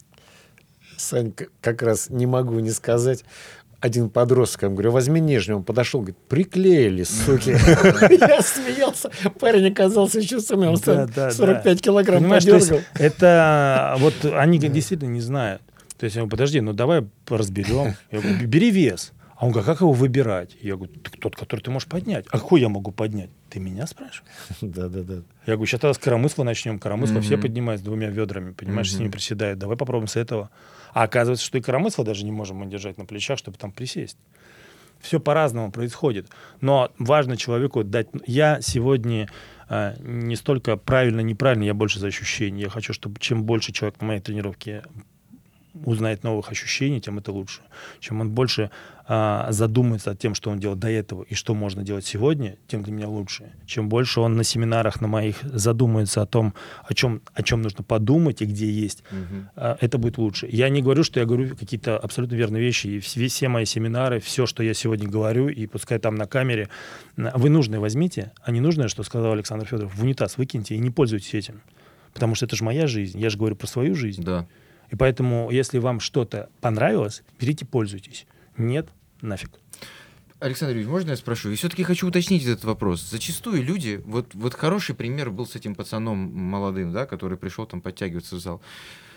Сань, как раз не могу не сказать. Один подросток, я говорю, возьми нижний. Он подошел, говорит, приклеили, суки. Я смеялся. Парень оказался еще сам. Он 45 килограмм подергал. Это вот они действительно не знают. То есть я говорю, подожди, ну давай разберем. Я говорю, бери вес. А он говорит, как его выбирать? Я говорю, тот, который ты можешь поднять. А какой я могу поднять? Ты меня спрашиваешь? Да. Я говорю, сейчас тогда с коромысла начнем. Коромысла все поднимают с 2 ведрами, понимаешь, с ними приседают. Давай попробуем с этого. А оказывается, что и коромысла даже не можем мы держать на плечах, чтобы там присесть. Все по-разному происходит. Но важно человеку дать... Я сегодня не столько правильно-неправильно, я больше за ощущения. Я хочу, чтобы чем больше человек на моей тренировке узнает новых ощущений, тем это лучше. Чем он больше задумается о том, что он делал до этого и что можно делать сегодня, тем для меня лучше. Чем больше он на семинарах на моих задумается о том, о чем нужно подумать и где есть, это будет лучше. Я не говорю, что я говорю какие-то абсолютно верные вещи. И все мои семинары, все, что я сегодня говорю, и пускай там на камере, вы нужное возьмите, а не нужное, что сказал Александр Федоров, в унитаз выкиньте и не пользуйтесь этим. Потому что это же моя жизнь. Я же говорю про свою жизнь. Да. И поэтому, если вам что-то понравилось, берите, пользуйтесь. Нет, нафиг. Александр Юрьевич, можно я спрошу? И все-таки хочу уточнить этот вопрос. Зачастую люди, вот хороший пример был с этим пацаном молодым, да, который пришел там подтягиваться в зал.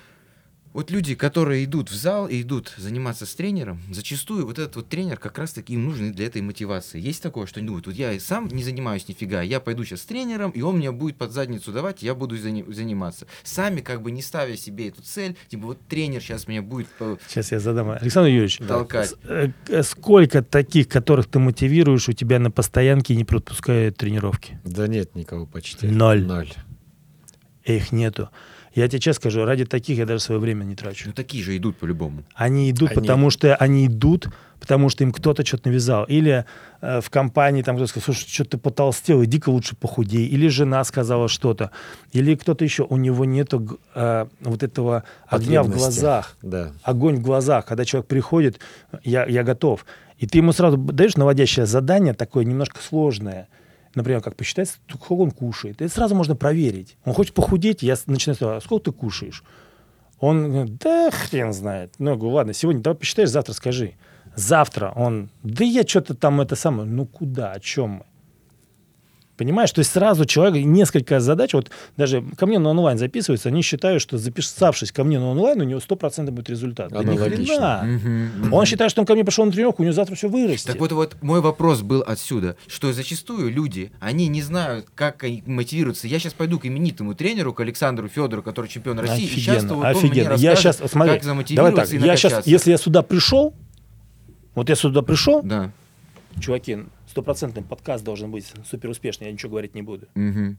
Вот люди, которые идут в зал и идут заниматься с тренером, зачастую вот этот вот тренер как раз-таки им нужен для этой мотивации. Есть такое, что вот я и сам не занимаюсь нифига, я пойду сейчас с тренером, и он мне будет под задницу давать, я буду заниматься. Сами как бы не ставя себе эту цель, типа вот тренер сейчас меня будет Сейчас я задам. Александр Юрьевич, толкать. Сколько таких, которых ты мотивируешь, у тебя на постоянке не пропускают тренировки? Да нет никого почти. 0. Их нету. Я тебе честно скажу, ради таких я даже свое время не трачу. Ну, такие же идут по-любому. Они идут, потому что им кто-то что-то навязал. Или в компании там кто-то сказал, слушай, что ты потолстел, иди-ка лучше похудей. Или жена сказала что-то. Или кто-то еще. У него нету вот этого огня в глазах. Да. Огонь в глазах. Когда человек приходит, я готов. И ты ему сразу даешь наводящее задание, такое немножко сложное. Например, как посчитать, сколько он кушает. Это сразу можно проверить. Он хочет похудеть, я начинаю спрашивать, сколько ты кушаешь? Он говорит, да хрен знает. Ну, я говорю, ладно, сегодня давай посчитаешь, завтра скажи. Завтра он, да я что-то там это самое. Ну куда, о чем мы? Понимаешь? То есть сразу человек, несколько задач, вот даже ко мне на онлайн записываются, они считают, что записавшись ко мне на онлайн, у него 100% будет результат. Да ни хрена. Он считает, что он ко мне пришел на тренировку, у него завтра все вырастет. Так вот мой вопрос был отсюда, что зачастую люди, они не знают, как мотивируются. Я сейчас пойду к именитому тренеру, к Александру Федору, который чемпион России, и сейчас вот он мне расскажет, как замотивироваться и накачаться. Если я сюда пришел, да. Чуваки, 100% подкаст должен быть супер успешный, я ничего говорить не буду. Угу.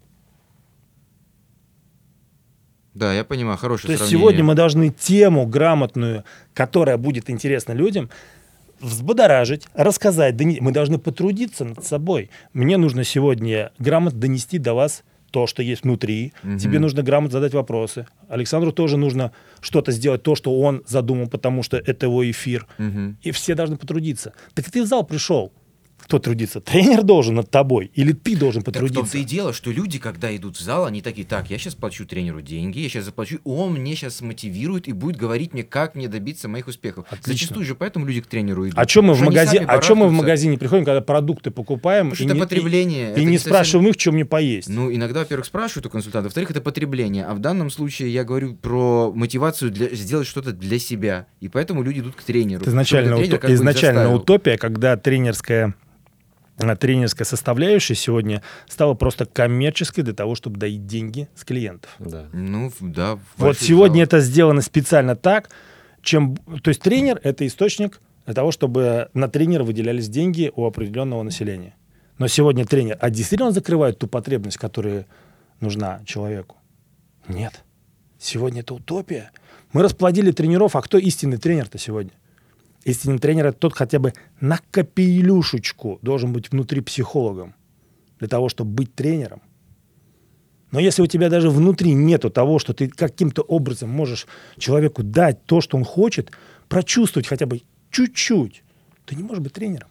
Да, я понимаю, хорошее сравнение. То есть сравнение. сегодня мы должны тему грамотную, которая будет интересна людям, взбодоражить, рассказать. Мы должны потрудиться над собой. Мне нужно сегодня грамотно донести до вас то, что есть внутри. Тебе нужно грамотно задать вопросы. Александру тоже нужно что-то сделать, то, что он задумал, потому что это его эфир. И все должны потрудиться. Так ты в зал пришел. Кто трудится? Тренер должен над тобой? Или ты должен потрудиться? Так в том-то и дело, что люди, когда идут в зал, они такие: так, я сейчас плачу тренеру деньги, я сейчас заплачу, он мне сейчас мотивирует и будет говорить мне, как мне добиться моих успехов. Отлично. Зачастую же поэтому люди к тренеру идут. А чем мы в Потому что они магазин, сами мы в барахтаются. магазине приходим, когда продукты покупаем, Потому что это потребление. и это не совсем- спрашиваем их, что мне поесть? Ну, иногда, во-первых, спрашивают у консультанта, во-вторых, это потребление. А в данном случае я говорю про мотивацию сделать что-то для себя. И поэтому люди идут к тренеру. Это изначально, чтобы этот тренер как бы их изначально заставил. утопия, когда тренерская составляющая сегодня стала просто коммерческой для того, чтобы доить деньги с клиентов. Да. Ну, да. в Вот больших сегодня залах. это сделано специально так, то есть тренер — это источник для того, чтобы на тренера выделялись деньги у определенного населения. Но сегодня тренер, а действительно он закрывает ту потребность, которая нужна человеку? Нет. Сегодня это утопия. Мы расплодили тренеров, а кто истинный тренер-то сегодня? Истинный тренер — это тот хотя бы на капелюшечку должен быть внутри психологом для того, чтобы быть тренером. Но если у тебя даже внутри нету того, что ты каким-то образом можешь человеку дать то, что он хочет, прочувствовать хотя бы чуть-чуть, ты не можешь быть тренером.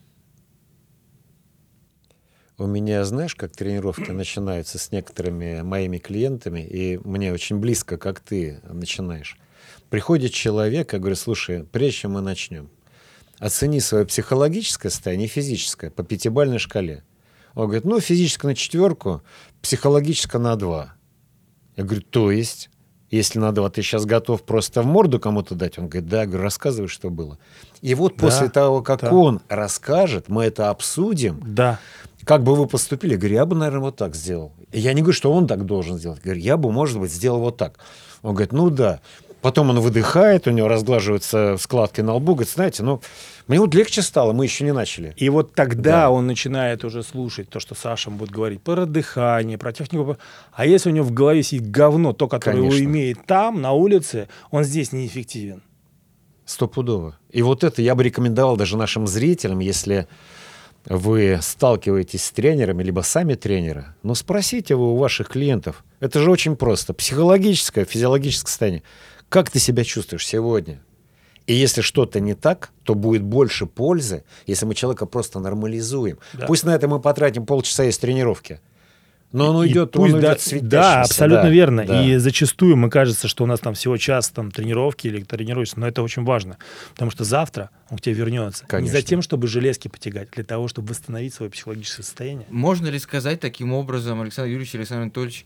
У меня, знаешь, как тренировки начинаются с некоторыми моими клиентами, и мне очень близко, как ты начинаешь. Приходит человек, я говорю: слушай, прежде чем мы начнем, оцени свое психологическое состояние и физическое по 5-бальной шкале. Он говорит: ну, физическое на 4, психологическое на 2. Я говорю: то есть, если на 2 ты сейчас готов просто в морду кому-то дать? Он говорит: да. Я говорю: рассказывай, что было. И вот после того, как он расскажет, мы это обсудим. Да. Как бы вы поступили? Я говорю: я бы, наверное, вот так сделал. И я не говорю, что он так должен сделать. Я говорю: я бы, может быть, сделал вот так. Он говорит: ну да. Потом он выдыхает, у него разглаживаются складки на лбу. Говорит: знаете, ну, мне вот легче стало, мы еще не начали. И вот тогда он начинает уже слушать то, что Саша будет говорить про дыхание, про технику. А если у него в голове сидит говно, то, которое его имеет там, на улице, он здесь неэффективен. Стопудово. И вот это я бы рекомендовал даже нашим зрителям, если вы сталкиваетесь с тренерами, либо сами тренеры, но спросите вы у ваших клиентов. Это же очень просто. Психологическое, физиологическое состояние. Как ты себя чувствуешь сегодня? И если что-то не так, то будет больше пользы, если мы человека просто нормализуем. Да. Пусть на это мы потратим полчаса из тренировки. Но он уйдет, светящимся. Да, абсолютно верно. Да. И зачастую мы кажется, что у нас там всего час там, тренировки или тренируешься, но это очень важно. Потому что завтра он к тебе вернется. Конечно. Не за тем, чтобы железки потягать, для того, чтобы восстановить свое психологическое состояние. Можно ли сказать таким образом, Александр Юрьевич, Александр Анатольевич,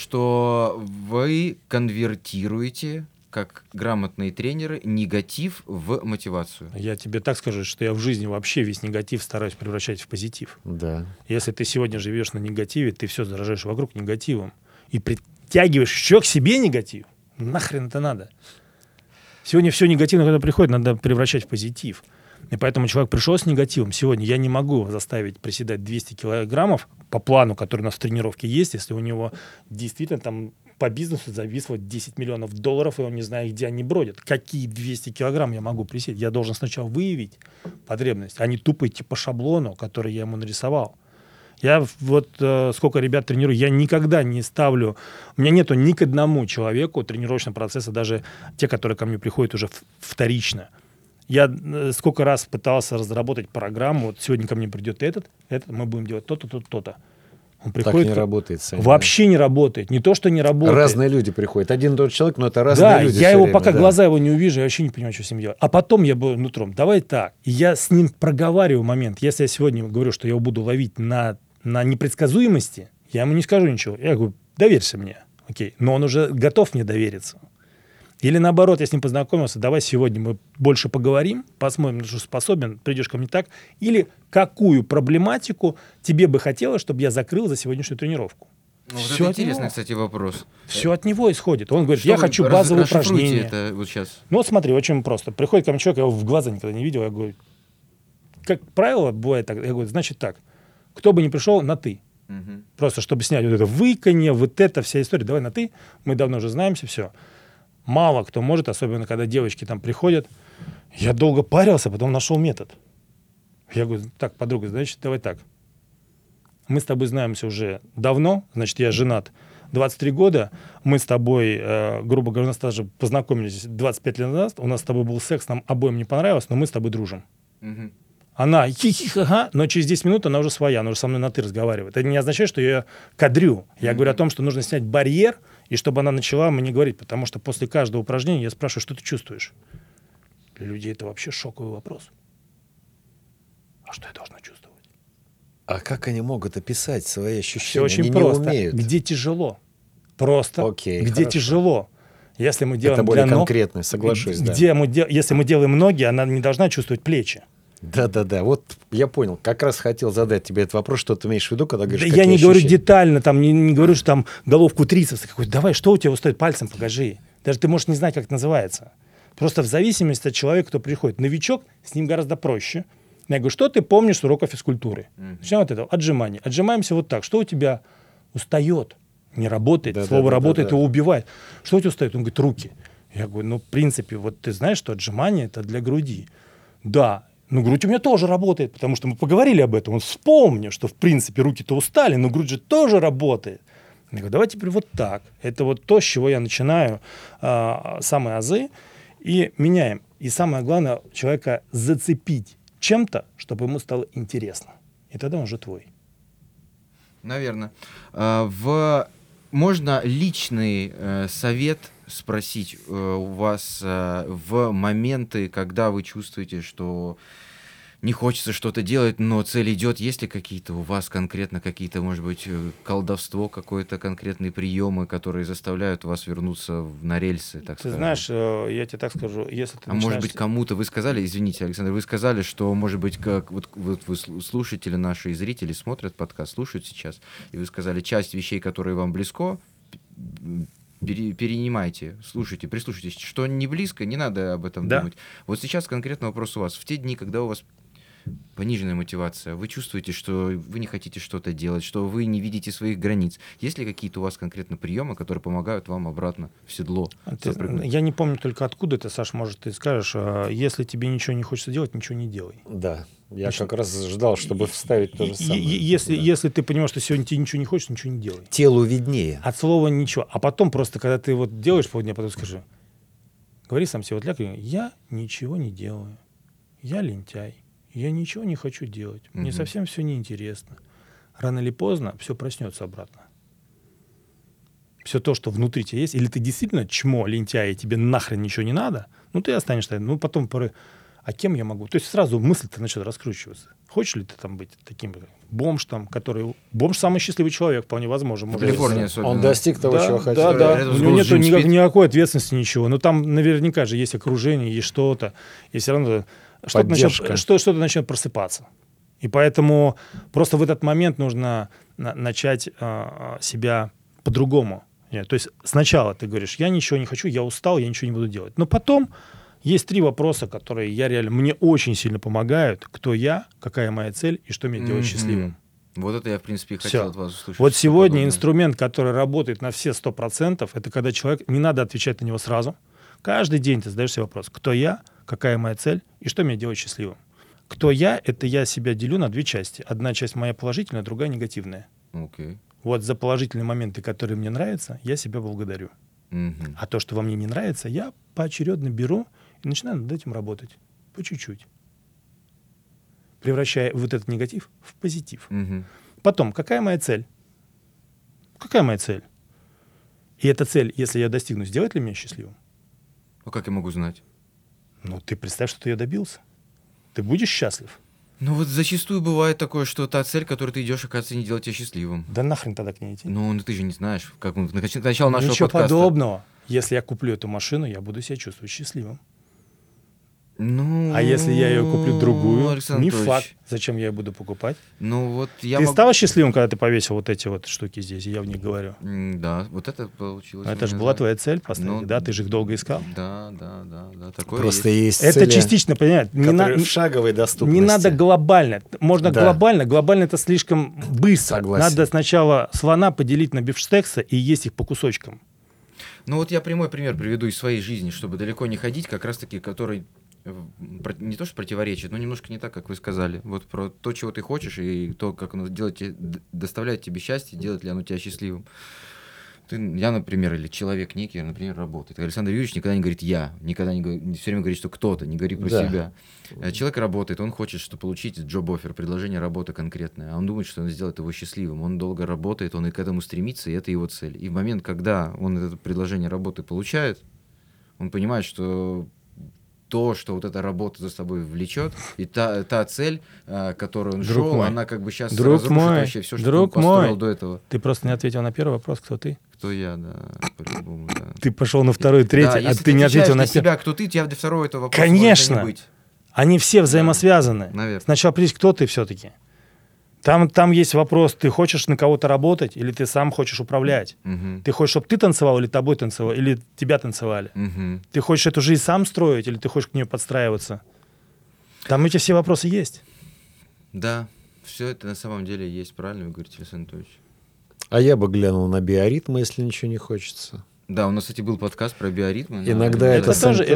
что вы конвертируете, как грамотные тренеры, негатив в мотивацию? Я тебе так скажу, что я в жизни вообще весь негатив стараюсь превращать в позитив. Да. Если ты сегодня живешь на негативе, ты все заражаешь вокруг негативом и притягиваешь еще к себе негатив. Нахрен это надо? Сегодня все негативное, когда приходит, надо превращать в позитив. И поэтому человек пришел с негативом. Сегодня я не могу его заставить приседать 200 килограммов по плану, который у нас в тренировке есть, если у него действительно там по бизнесу зависло 10 миллионов долларов, и он не знает, где они бродят. Какие 200 килограмм я могу присесть? Я должен сначала выявить потребность, а не тупо идти по шаблону, который я ему нарисовал. Я вот сколько ребят тренирую, я никогда не ставлю... У меня нету ни к одному человеку тренировочного процесса, даже те, которые ко мне приходят уже вторично. Я сколько раз пытался разработать программу, вот сегодня ко мне придет этот, мы будем делать то-то, то-то, то-то. Он приходит, так не работает. Сами, вообще не работает. Не то, что не работает. Разные люди приходят. Один и тот же человек, но это разные люди. Да, я его пока глаза его не увижу, я вообще не понимаю, что с ним делать. А потом я буду нутром. Давай так. И я с ним проговариваю момент. Если я сегодня говорю, что я его буду ловить на непредсказуемости, я ему не скажу ничего. Я говорю: доверься мне. Окей. Но он уже готов мне довериться. Или наоборот, я с ним познакомился, давай сегодня мы больше поговорим, посмотрим, что способен, придешь ко мне так. Или какую проблематику тебе бы хотелось, чтобы я закрыл за сегодняшнюю тренировку. Ну, вот это интересный, кстати, вопрос. Все от него исходит. Он говорит: я хочу базовые упражнения. Это вот сейчас. Ну вот смотри, очень просто. Приходит ко мне человек, я его в глаза никогда не видел, я говорю, как правило, бывает так. Я говорю: значит так, кто бы ни пришел, на «ты». Угу. Просто чтобы снять вот это выканье, вот это вся история. Давай на «ты», мы давно уже знаемся, все. Мало кто может, особенно когда девочки там приходят. Я долго парился, потом нашел метод. Я говорю, так, подруга, значит, давай так. Мы с тобой знаемся уже давно, значит, я женат 23 года, мы с тобой, грубо говоря, у нас даже познакомились 25 лет назад, у нас с тобой был секс, нам обоим не понравилось, но мы с тобой дружим. Мгм. Она хи-хи-ха-ха, но через 10 минут она уже своя, она уже со мной на «ты» разговаривает. Это не означает, что я ее кадрю. Я говорю о том, что нужно снять барьер, и чтобы она начала мне говорить, потому что после каждого упражнения я спрашиваю, что ты чувствуешь. Для людей это вообще шоковый вопрос. А что я должна чувствовать? А как они могут описать свои Все ощущения? очень Они просто. не умеют. Где тяжело? Просто. Окей, где хорошо. тяжело? Если мы делаем Это более для ног, конкретно, соглашусь, да. если мы делаем ноги, она не должна чувствовать плечи. Да. Вот я понял. Как раз хотел задать тебе этот вопрос, что ты имеешь в виду, когда говоришь, Да какие я не говорю ощущения? детально, там, не говорю, что там головку трицепса какой-то. Давай, что у тебя стоит, пальцем покажи. Даже ты можешь не знать, как это называется. Просто в зависимости от человека, кто приходит. Новичок, с ним гораздо проще. Я говорю, что ты помнишь с урока физкультуры? Начинаем от этого. Отжимания. Отжимаемся вот так. Что у тебя устает? Не работает. Да, Слово да, работает, да. его убивает. Что у тебя устает? Он говорит, руки. Я говорю, ну, в принципе, вот ты знаешь, что отжимание это для груди. Да. Ну, грудь у меня тоже работает, потому что мы поговорили об этом. Он вспомнил, что, в принципе, руки-то устали, но грудь же тоже работает. Я говорю, давай теперь вот так. Это вот то, с чего я начинаю самые азы и меняем. И самое главное, человека зацепить чем-то, чтобы ему стало интересно. И тогда он уже твой. Наверное. Можно личный совет спросить у вас в моменты, когда вы чувствуете, что не хочется что-то делать, но цель идет. Есть ли какие-то у вас конкретно какие-то, может быть, колдовство, какие-то конкретные приемы, которые заставляют вас вернуться на рельсы, так Ты скажем? знаешь, я тебе так скажу, если ты А может быть, кому-то вы сказали, извините, Александр, вы сказали, что, может быть, как вот вы слушатели наши и зрители смотрят подкаст, слушают сейчас, и вы сказали, часть вещей, которые вам близко, перенимайте, слушайте, прислушайтесь. Что не близко, не надо об этом Да. думать. Вот сейчас конкретно вопрос у вас. В те дни, когда у вас пониженная мотивация, вы чувствуете, что вы не хотите что-то делать, что вы не видите своих границ. Есть ли какие-то у вас конкретно приемы, которые помогают вам обратно в седло запрыгнуть? Я не помню только откуда это, Саш, может, ты скажешь, если тебе ничего не хочется делать, ничего не делай. Да, я Значит, как раз ждал, чтобы вставить то же самое. Если ты понимаешь, что сегодня тебе ничего не хочется, ничего не делай. Телу виднее. От слова ничего. А потом просто, когда ты вот делаешь полдня, потом скажи, говори сам себе, вот ляг, я ничего не делаю. Я лентяй. Я ничего не хочу делать. Мне совсем все неинтересно. Рано или поздно все проснется обратно. Все то, что внутри тебя есть, или ты действительно чмо, лентяй, и тебе нахрен ничего не надо, ну ты останешься. Ну потом, а кем я могу? То есть сразу мысль-то начнет раскручиваться. Хочешь ли ты там быть таким бомж там, который... Бомж самый счастливый человек, вполне возможно. В Калифорнии особенно. Он достиг того, чего хотел. Да. Рядом с У него нет Джим Спид. никакой ответственности, ничего. Но там наверняка же есть окружение, есть что-то. И все равно что-то начнет просыпаться. И поэтому просто в этот момент нужно начать себя по-другому. То есть сначала ты говоришь, я ничего не хочу, я устал, я ничего не буду делать. Но потом есть 3 вопроса, которые мне очень сильно помогают. Кто я, какая моя цель и что меня делает счастливым. Вот это я, в принципе, и хотел от вас услышать. Вот сегодня подобное. инструмент, который работает на все 100%, это когда человек, не надо отвечать на него сразу. Каждый день ты задаешь себе вопрос, кто я, какая моя цель и что меня делает счастливым. Кто я, это я себя делю на 2 части. Одна часть моя положительная, другая негативная. Окей. Вот за положительные моменты, которые мне нравятся, я себя благодарю. А то, что во мне не нравится, я поочередно беру и начинаю над этим работать. По чуть-чуть. Превращая вот этот негатив в позитив. Потом, какая моя цель? Какая моя цель? И эта цель, если я достигну, сделает ли меня счастливым? А как я могу знать? Ну, ты представь, что ты ее добился. Ты будешь счастлив? Ну вот зачастую бывает такое, что та цель, к которой ты идешь, оказывается, не делает тебя счастливым. Да нахрен тогда к ней идти? Ну ты же не знаешь, как мы начало нашего Ничего подкаста. подобного. Если я куплю эту машину, я буду себя чувствовать счастливым. Ну, А если я ее куплю другую, Александр не Анатольевич, факт, зачем я ее буду покупать. Ну вот я Ты могу... стал счастливым, когда ты повесил вот эти вот штуки здесь, я в них говорю? Да, вот это получилось. Но у это же меня, была да. твоя цель поставить, Ну, да? Ты же их долго искал. Да, такое Просто есть. есть Это цели, частично, понимаете? которые в шаговой доступности. Не надо глобально. Можно Да. глобально. Глобально это слишком быстро. Согласен. Надо сначала слона поделить на бифштексы и есть их по кусочкам. Ну вот я прямой пример приведу из своей жизни, чтобы далеко не ходить, как раз-таки, который не то что противоречит, но немножко не так, как вы сказали. Вот про то, чего ты хочешь, и то, как оно доставляет тебе счастье, делает ли оно тебя счастливым. Я, например, или человек некий, например, работает. Александр Юрьевич никогда не говорит «я», никогда не говорит, все время говорит, что кто-то, не говори про себя. Человек работает, он хочет, что получить job-offer, предложение работы конкретное, а он думает, что он сделает его счастливым. Он долго работает, он и к этому стремится, и это его цель. И в момент, когда он это предложение работы получает, он понимает, что то, что вот эта работа за собой влечет, и та цель, которую он шел, она как бы сейчас разрушит вообще все, что он построил до этого. Ты просто не ответил на первый вопрос, кто ты? Кто я, да, по-любому, да. Ты пошел на второй, третий, да, а ты не ответил на себя, кто ты, тебя до второго этого вопроса Конечно. может не быть. Они все взаимосвязаны. Наверное. Сначала определись, кто ты все-таки. Там есть вопрос, ты хочешь на кого-то работать, или ты сам хочешь управлять? Ты хочешь, чтобы ты танцевал, или тобой танцевал, или тебя танцевали? Ты хочешь эту жизнь сам строить, или ты хочешь к ней подстраиваться? Там эти все вопросы есть. Да, все это на самом деле есть, правильно вы говорите, Александр Анатольевич? А я бы глянул на биоритмы, если ничего не хочется. Да, у нас, кстати, был подкаст про биоритмы. Иногда это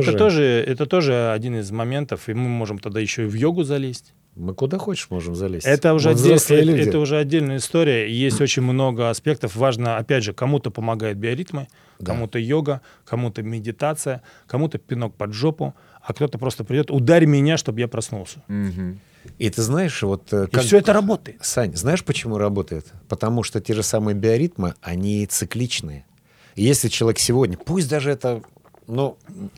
тоже один из моментов, и мы можем тогда еще и в йогу залезть. Мы куда хочешь можем залезть. Это уже отдельная история. Есть очень много аспектов. Важно, опять же, кому-то помогают биоритмы, кому-то йога, кому-то медитация, кому-то пинок под жопу, а кто-то просто придет, ударь меня, чтобы я проснулся. И ты знаешь, вот... И все это работает. Сань, знаешь, почему работает? Потому что те же самые биоритмы, они цикличные. И если человек сегодня, пусть даже это, на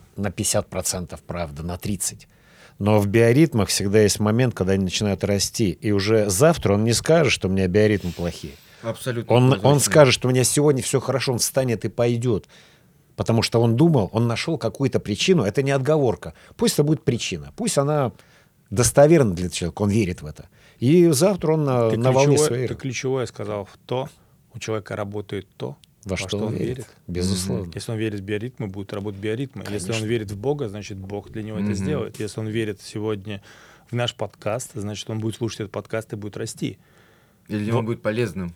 50% правда, на 30%, но в биоритмах всегда есть момент, когда они начинают расти. И уже завтра он не скажет, что у меня биоритмы плохие. Абсолютно. Он скажет, что у меня сегодня все хорошо, он встанет и пойдет. Потому что он думал, он нашел какую-то причину. Это не отговорка. Пусть это будет причина. Пусть она достоверна для человека. Он верит в это. И завтра он на волне своей. Ты ключевое сказал. У человека работает то, во что он верит. Безусловно. Если он верит в биоритмы, будут работать биоритмы. Конечно. Если он верит в Бога, значит, Бог для него это сделает. Если он верит сегодня в наш подкаст, значит, он будет слушать этот подкаст и будет расти. Или он будет полезным.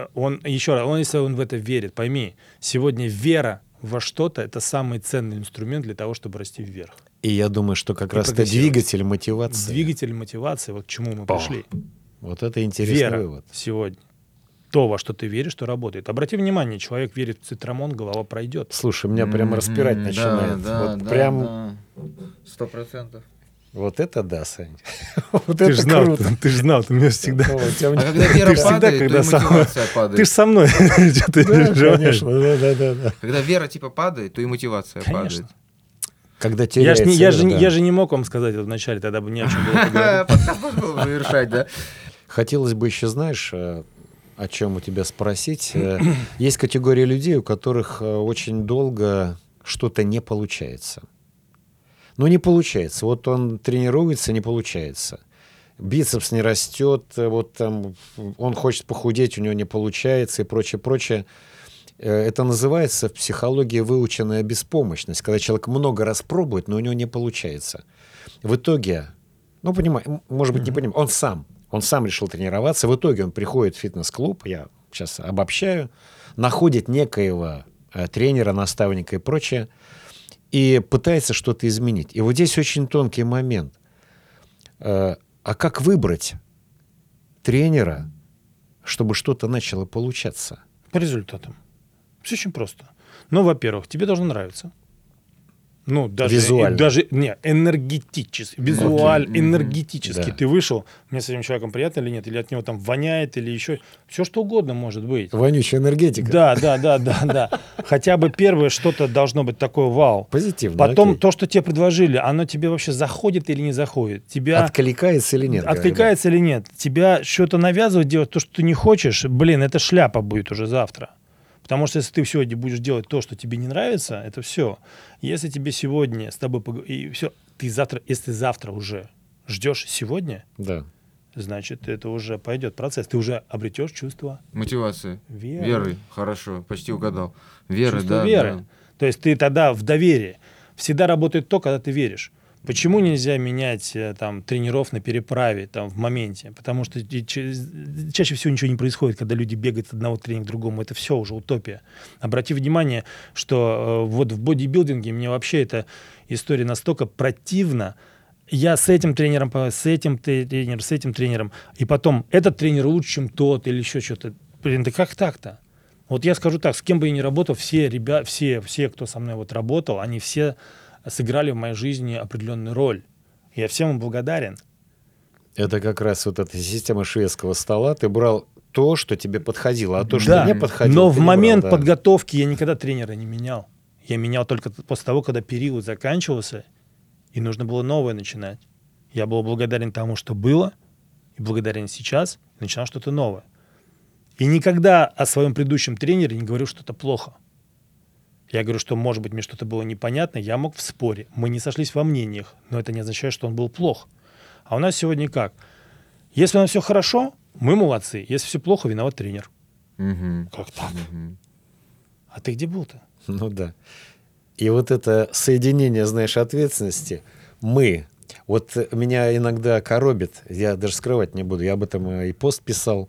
Если он в это верит, пойми, сегодня вера во что-то — это самый ценный инструмент для того, чтобы расти вверх. И я думаю, что как раз это двигатель мотивации. Двигатель мотивации, вот к чему мы пришли. Вот это интересный вывод. Сегодня. То, во что ты веришь, что работает. Обрати внимание, человек верит в цитрамон, голова пройдет. Слушай, меня прямо распирать начинает. Да, вот прям 100%. Вот это да, Сань. Ты же знал, ты меня всегда... А когда вера падает, то и мотивация падает. Ты же со мной. Конечно, да. Когда вера типа падает, то и мотивация падает. Когда теряется я же не мог вам сказать это вначале, тогда бы не о чем было поговорить. Подкаст можно было завершать, да? Хотелось бы еще, знаешь, о чем у тебя спросить. Есть категория людей, у которых очень долго что-то не получается. Не получается. Вот он тренируется, не получается. Бицепс не растет, вот там он хочет похудеть, у него не получается и прочее. Это называется в психологии выученная беспомощность, когда человек много раз пробует, но у него не получается. В итоге, может быть, не понимаю, он сам решил тренироваться, в итоге он приходит в фитнес-клуб, я сейчас обобщаю, находит некоего тренера, наставника и прочее, и пытается что-то изменить. И вот здесь очень тонкий момент. А как выбрать тренера, чтобы что-то начало получаться? По результатам. Все очень просто. Во-первых, тебе должно нравиться. Визуально. Энергетически. Энергетически. Да. Ты вышел, мне с этим человеком приятно или нет, или от него там воняет, или еще. Все что угодно может быть. Вонючая энергетика. Да. Хотя бы первое что-то должно быть такое вау. Позитивно. Потом то, что тебе предложили, оно тебе вообще заходит или не заходит? Откликается или нет? Откликается или нет? Тебя что-то навязывать делать, то, что ты не хочешь, это шляпа будет уже завтра. Потому что если ты сегодня будешь делать то, что тебе не нравится, это все. Если тебе сегодня с тобой и все, если ты завтра уже ждешь сегодня, да, значит, это уже пойдет процесс. Ты уже обретешь чувство мотивации. Веры. Хорошо, почти угадал. Веры, чувство веры. Да. То есть ты тогда в доверии. Всегда работает то, когда ты веришь. Почему нельзя менять там тренеров на переправе там в моменте? Потому что чаще всего ничего не происходит, когда люди бегают от одного тренинга к другому. Это все уже утопия. Обрати внимание, что вот в бодибилдинге мне вообще эта история настолько противна. Я с этим тренером, с этим тренером, и потом этот тренер лучше, чем тот, или еще что-то. Блин, да как так-то? Вот я скажу так, с кем бы я ни работал, все ребята, все, кто со мной вот работал, они все сыграли в моей жизни определенную роль. Я всем им благодарен. Это как раз вот эта система шведского стола. Ты брал то, что тебе подходило, а то, что не подходило, но в момент брал, да. подготовки я никогда тренера не менял. Я менял только после того, когда период заканчивался, и нужно было новое начинать. Я был благодарен тому, что было, и благодарен сейчас, и начинал что-то новое. И никогда о своем предыдущем тренере не говорю что-то плохо. Я говорю, что, может быть, мне что-то было непонятно, я мог в споре. Мы не сошлись во мнениях, но это не означает, что он был плох. А у нас сегодня как? Если у нас все хорошо, мы молодцы. Если все плохо, виноват тренер. Как так? А ты где был-то? Ну да. И вот это соединение, знаешь, ответственности. Мы. Вот меня иногда коробит, я даже скрывать не буду, я об этом и пост писал.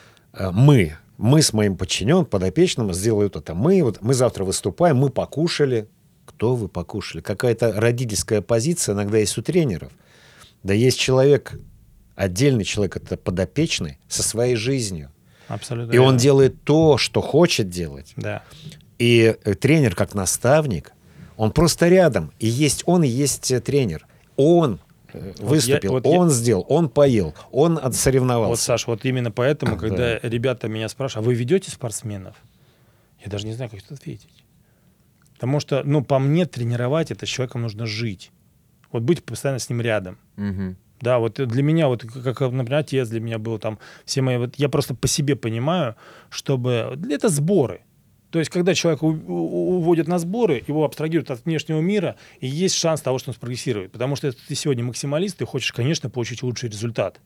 Мы с моим подчиненным, подопечным сделают это. Мы завтра выступаем, мы покушали. Кто вы покушали? Какая-то родительская позиция иногда есть у тренеров. Да есть человек, отдельный человек, это подопечный, со своей жизнью. Абсолютно. И он делает то, что хочет делать. Да. И тренер, как наставник, он просто рядом. И есть он, и есть тренер. Он выступил, он сделал, он поел, он отсоревновался. Вот, Саш, вот именно поэтому, когда ребята меня спрашивают, а вы ведете спортсменов? Я даже не знаю, как это ответить. Потому что, по мне, тренировать это с человеком нужно жить. Вот быть постоянно с ним рядом. Да, вот для меня, вот как, например, отец для меня был там, все мои, вот я просто по себе понимаю, чтобы, это сборы. То есть, когда человека уводят на сборы, его абстрагируют от внешнего мира, и есть шанс того, что он спрогрессирует. Потому что если ты сегодня максималист, ты хочешь, конечно, получить лучший результат.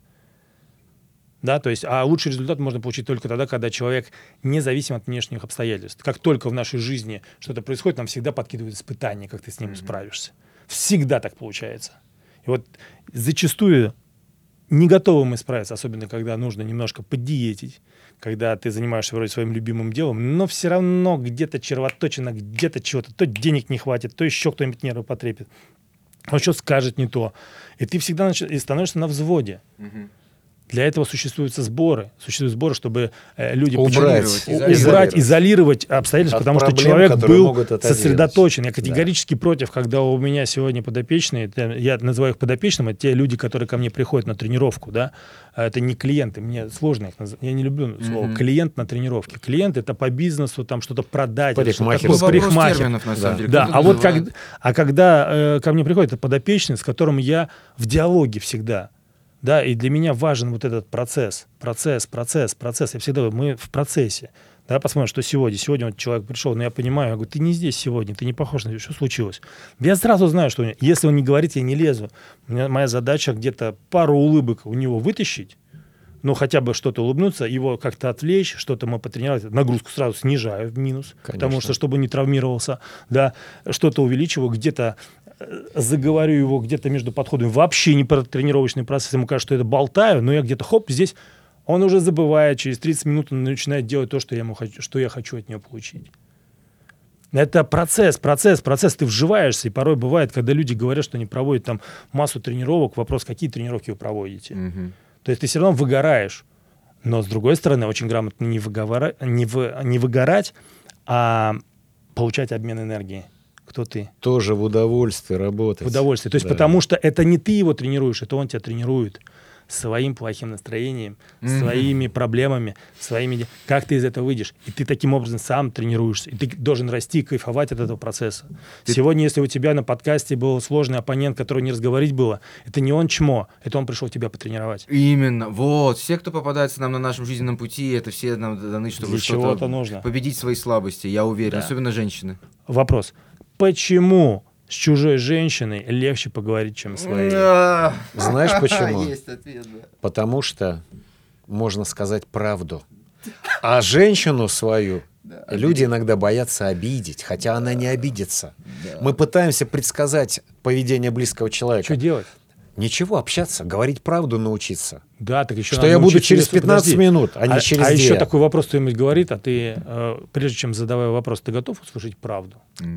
Да, то есть, а лучший результат можно получить только тогда, когда человек независим от внешних обстоятельств. Как только в нашей жизни что-то происходит, нам всегда подкидывают испытания, как ты с ним справишься. Всегда так получается. И вот зачастую не готовы мы справиться, особенно когда нужно немножко поддиетить, когда ты занимаешься вроде своим любимым делом, но все равно где-то червоточина, где-то чего-то, то денег не хватит, то еще кто-нибудь нервы потрепет, он что скажет не то. И ты всегда становишься на взводе. Для этого существуют сборы, чтобы люди убрать, изолировать обстоятельства, потому что человек был сосредоточен. Я категорически против, когда у меня сегодня подопечные, я называю их подопечными, те люди, которые ко мне приходят на тренировку, да, это не клиенты, мне сложно их называть, я не люблю слово клиент на тренировке. Клиент — это по бизнесу, там что-то продать, парикмахер. Да, когда ко мне приходит подопечный, с которым я в диалоге всегда. Да, и для меня важен вот этот процесс. Я всегда говорю, мы в процессе. Да, посмотрим, что сегодня. Сегодня вот человек пришел, но я понимаю, я говорю, ты не здесь сегодня, ты не похож на него, что случилось? Я сразу знаю, что если он не говорит, я не лезу. Моя задача где-то пару улыбок у него вытащить, хотя бы что-то улыбнуться, его как-то отвлечь, что-то мы потренировать, нагрузку сразу снижаю в минус, потому что, чтобы не травмировался, да, что-то увеличиваю, где-то заговорю его где-то между подходами, вообще не про тренировочный процесс, ему кажется, что это болтаю, но я где-то здесь, он уже забывает, через 30 минут он начинает делать то, что я хочу от него получить. Это процесс, ты вживаешься, и порой бывает, когда люди говорят, что они проводят там массу тренировок, вопрос, какие тренировки вы проводите. То есть ты все равно выгораешь, но с другой стороны, очень грамотно не выгорать, а получать обмен энергии. Кто ты? Тоже в удовольствие работать. В удовольствие. То есть потому что это не ты его тренируешь, это он тебя тренирует своим плохим настроением, своими проблемами, как ты из этого выйдешь. И ты таким образом сам тренируешься. И ты должен расти, кайфовать от этого процесса. Сегодня, если у тебя на подкасте был сложный оппонент, которого не разговорить было, это не он чмо, это он пришел тебя потренировать. Именно. Вот. Все, кто попадается нам на нашем жизненном пути, это все нам даны, чтобы что-то нужно. Победить свои слабости, я уверен. Да. Особенно женщины. Вопрос. Почему с чужой женщиной легче поговорить, чем с своей? Знаешь почему? Есть ответ, да. Потому что можно сказать правду. А женщину свою Да, Люди иногда боятся обидеть, хотя она не обидится. Да. Мы пытаемся предсказать поведение близкого человека. Что делать? Ничего, общаться, говорить правду научиться. Да, так еще Что я буду через 15 минут, а не через 2. еще такой вопрос кто-нибудь говорит, а ты, прежде чем задавая вопрос, ты готов услышать правду?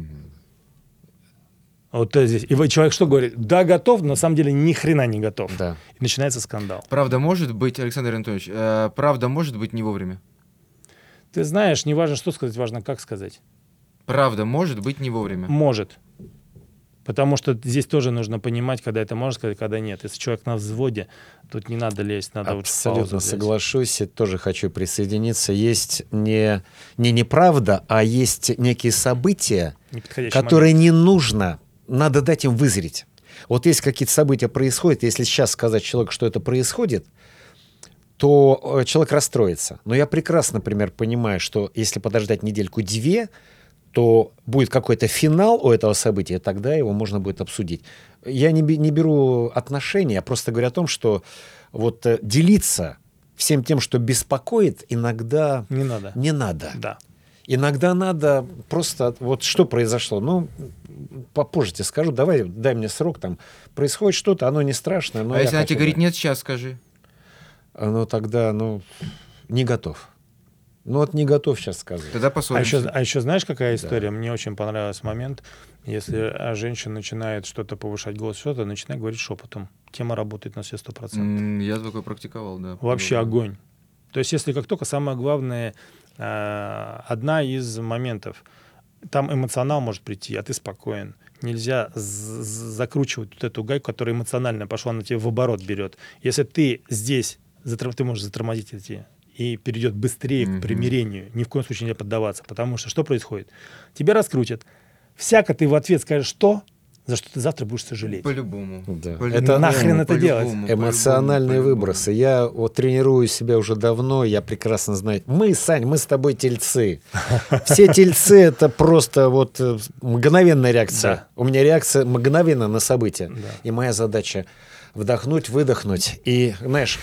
Вот здесь. И человек что говорит? Да, готов, но на самом деле ни хрена не готов. Да. И начинается скандал. Правда может быть, Александр Анатольевич, правда может быть не вовремя? Ты знаешь, не важно, что сказать, важно, как сказать. Правда может быть не вовремя? Может. Потому что здесь тоже нужно понимать, когда это можно сказать, когда нет. Если человек на взводе, тут не надо лезть, надо лучше паузу Абсолютно взять. соглашусь, и тоже хочу присоединиться. Есть не неправда, а есть некие события, Неподходящий которые момент. не нужно, надо дать им вызреть. Вот если какие-то события происходят, если сейчас сказать человеку, что это происходит, то человек расстроится. Но я прекрасно, например, понимаю, что если подождать недельку-две, то будет какой-то финал у этого события, тогда его можно будет обсудить. Я не беру отношения, я просто говорю о том, что вот делиться всем тем, что беспокоит, иногда Не надо. не надо. Да. Иногда надо просто... Вот что произошло? Ну, попозже тебе скажу, дай мне срок, там происходит что-то, оно не страшное. Но А если она хочу, тебе говорит, да. нет, сейчас скажи. Ну, тогда, не готов. Ну, вот не готов сейчас сказать. Тогда А поссоримся. еще знаешь, какая история? Мне очень понравился момент, если женщина начинает что-то повышать голос, что-то, начинает говорить шепотом. Тема работает на все 100%. Я такое практиковал, да. Вообще огонь. То есть если как только самое главное, одна из моментов, там эмоционал может прийти, а ты спокоен. Нельзя закручивать вот эту гайку, которая эмоционально пошла, она тебе в оборот берет. Если ты здесь, ты можешь затормозить эти и перейдет быстрее к примирению. Ни в коем случае нельзя поддаваться. Потому что происходит? Тебя раскрутят. Всяко ты в ответ скажешь что, за что ты завтра будешь сожалеть. По-любому. Да. По-любому, Это нахрен это по-любому, делать? Эмоциональные по-любому. выбросы. Я вот тренирую себя уже давно, я прекрасно знаю. Сань, мы с тобой тельцы. Все тельцы — это просто вот мгновенная реакция. Да. У меня реакция мгновенно на события. Да. И моя задача вдохнуть, выдохнуть. И, знаешь,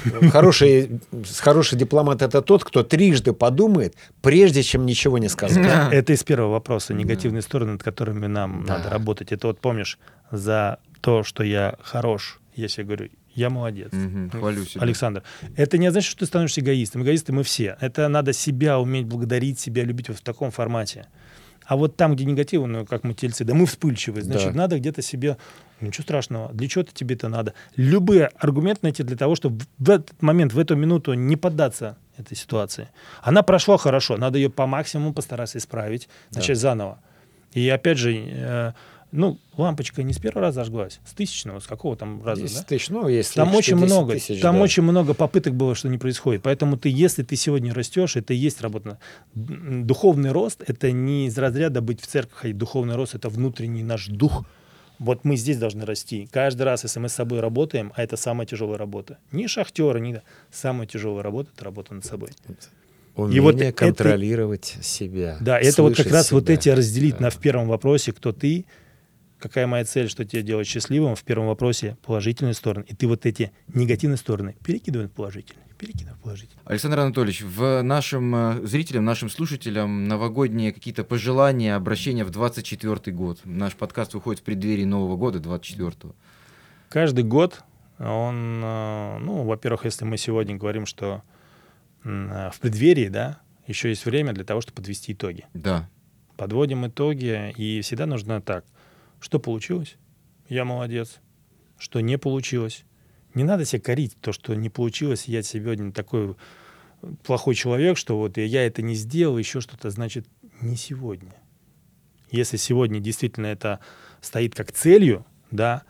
хороший дипломат — это тот, кто трижды подумает, прежде чем ничего не сказать. Это из первого вопроса. Негативные стороны, над которыми нам Да. надо работать. Это вот помнишь, за то, что я хорош, я себе говорю, я молодец. Хвалю себя. Александр, это не значит, что ты становишься эгоистом. Эгоисты мы все. Это надо себя уметь благодарить, себя любить вот в таком формате. А вот там, где негатив, как мы тельцы, да мы вспыльчивые, значит, Да. надо где-то себе, ничего страшного, для чего-то тебе это надо. Любые аргументы найти для того, чтобы в этот момент, в эту минуту не поддаться этой ситуации. Она прошла хорошо, надо ее по максимуму постараться исправить, начать заново. И опять же, лампочка не с первого раза зажглась, с 1000-го, с какого там раза, 10 да? тысяч, если Там очень 10 много, тысяч, там да. очень много попыток было, что не происходит. Поэтому если ты сегодня растешь, это и есть работа. Духовный рост — это не из разряда быть в церковь ходить. Духовный рост — это внутренний наш дух. Вот мы здесь должны расти. Каждый раз, если мы с собой работаем, а это самая тяжелая работа. Не шахтеры, самая тяжелая работа — это работа над собой. Умение И вот это- контролировать себя. Да, это вот как слышать раз вот себя. эти разделить Да. в первом вопросе, кто ты, какая моя цель, что тебя делает счастливым, в первом вопросе положительные стороны. И ты вот эти негативные стороны перекидывай в положительные. Александр Анатольевич, нашим зрителям, нашим слушателям новогодние какие-то пожелания, обращения в 24-й год. Наш подкаст выходит в преддверии Нового года, 24-го. Каждый год он, во-первых, если мы сегодня говорим, что в преддверии, да, еще есть время для того, чтобы подвести итоги. Да. Подводим итоги, и всегда нужно так. Что получилось? Я молодец. Что не получилось? Не надо себя корить, то, что не получилось, я сегодня такой плохой человек, что вот я это не сделал, еще что-то, значит, не сегодня. Если сегодня действительно это стоит как целью, да,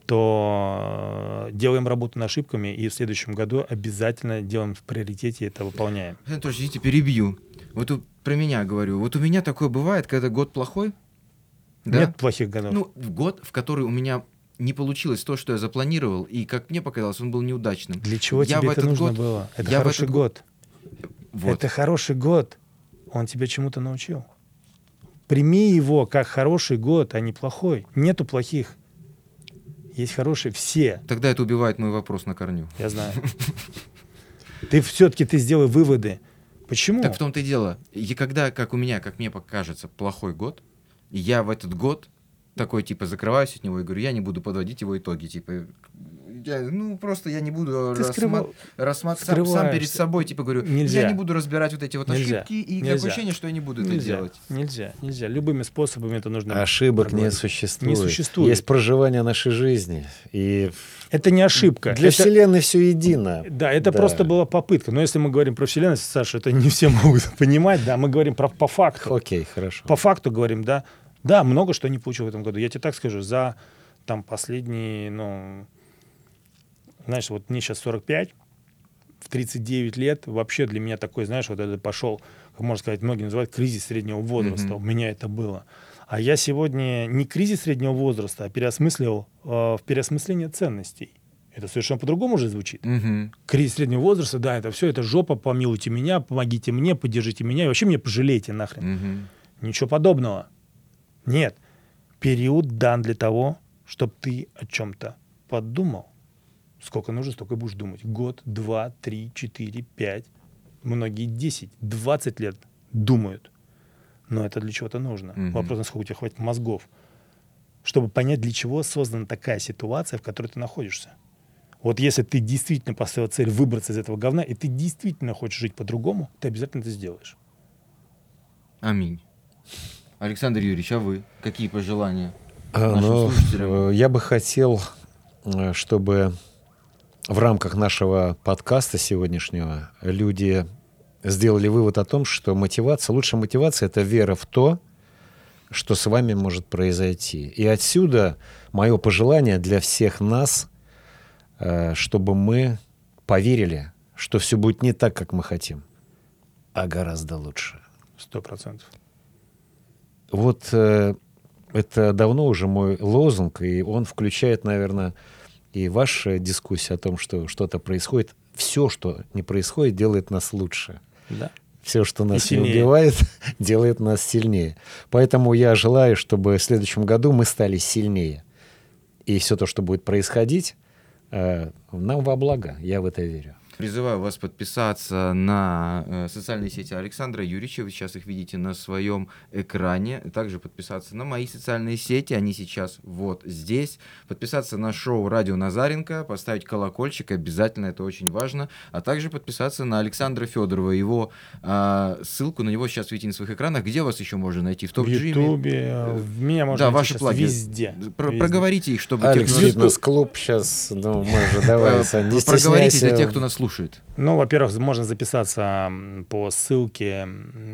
то делаем работу над ошибками, и в следующем году обязательно делаем в приоритете, это выполняем. Александр Анатольевич, извините, перебью. Вот про меня говорю. Вот у меня такое бывает, когда год плохой. Да? Нет плохих годов. Год, в который у меня не получилось то, что я запланировал, и, как мне показалось, он был неудачным. Для чего Я тебе в это этот нужно год- было? Это я в хороший этот год. Вот. Это хороший год. Он тебя чему-то научил. Прими его как хороший год, а не плохой. Нету плохих. Есть хорошие все. Тогда это убивает мой вопрос на корню. Я знаю. Ты все-таки сделай выводы. Почему? Так в том-то и дело. И когда, как мне покажется, плохой год, я в этот год такой, типа, закрываюсь от него и говорю, я не буду подводить его итоги, типа, просто я не буду рассматривать сам перед собой, типа, говорю, Нельзя. я не буду разбирать вот эти вот Нельзя. ошибки, и Нельзя. такое ощущение, что я не буду это делать. Нельзя. Любыми способами это нужно Ошибок не проговорить. существует. Не существует. Есть проживание нашей жизни. И Это не ошибка. для Это- Вселенной все едино. Да, это просто была попытка. Но если мы говорим про Вселенную, Саша, это не все могут понимать, да, мы говорим по факту. Окей, хорошо. По факту говорим, да. Да, много что не получил в этом году. Я тебе так скажу, за там последние, знаешь, вот мне сейчас 45, в 39 лет вообще для меня такой, знаешь, вот это пошел, как можно сказать, многие называют кризис среднего возраста. У меня это было. А я сегодня не кризис среднего возраста, а переосмыслил в переосмысление ценностей. Это совершенно по-другому уже звучит. Кризис среднего возраста, да, это все, это жопа, помилуйте меня, помогите мне, поддержите меня, и вообще меня пожалейте нахрен. Ничего подобного. Нет. Период дан для того, чтобы ты о чем-то подумал. Сколько нужно, столько и будешь думать. Год, 2, 3, 4, 5. Многие 10, 20 лет думают. Но это для чего-то нужно. Вопрос, насколько у тебя хватит мозгов, чтобы понять, для чего создана такая ситуация, в которой ты находишься. Вот если ты действительно поставил цель выбраться из этого говна, и ты действительно хочешь жить по-другому, ты обязательно это сделаешь. Аминь. Александр Юрьевич, а вы? Какие пожелания нашим слушателям? Я бы хотел, чтобы в рамках нашего подкаста сегодняшнего люди сделали вывод о том, что лучшая мотивация — это вера в то, что с вами может произойти. И отсюда мое пожелание для всех нас, чтобы мы поверили, что все будет не так, как мы хотим, а гораздо лучше. 100%. Вот это давно уже мой лозунг, и он включает, наверное, и ваша дискуссия о том, что что-то происходит. Все, что не происходит, делает нас лучше. Да. Все, что нас не сильнее. убивает, делает нас сильнее. Поэтому я желаю, чтобы в следующем году мы стали сильнее. И все то, что будет происходить, нам во благо. Я в это верю. Призываю вас подписаться на социальные сети Александра Юрьевича. Вы сейчас их видите на своем экране. Также подписаться на мои социальные сети. Они сейчас вот здесь. Подписаться на шоу «Радио Назаренко». Поставить колокольчик. Обязательно, это очень важно. А также подписаться на Александра Федорова. Его ссылку на него сейчас видите на своих экранах. Где вас еще можно найти? В В топ-джиме? Ютубе, меня можно найти ваши сейчас плаги. везде. Везде. Проговорите их, чтобы Алекс, те, кто нас- фитнес-клуб сейчас, мы же давай, не проговорите стесняйся. для тех, кто нас слушает. Ну, во-первых, можно записаться по ссылке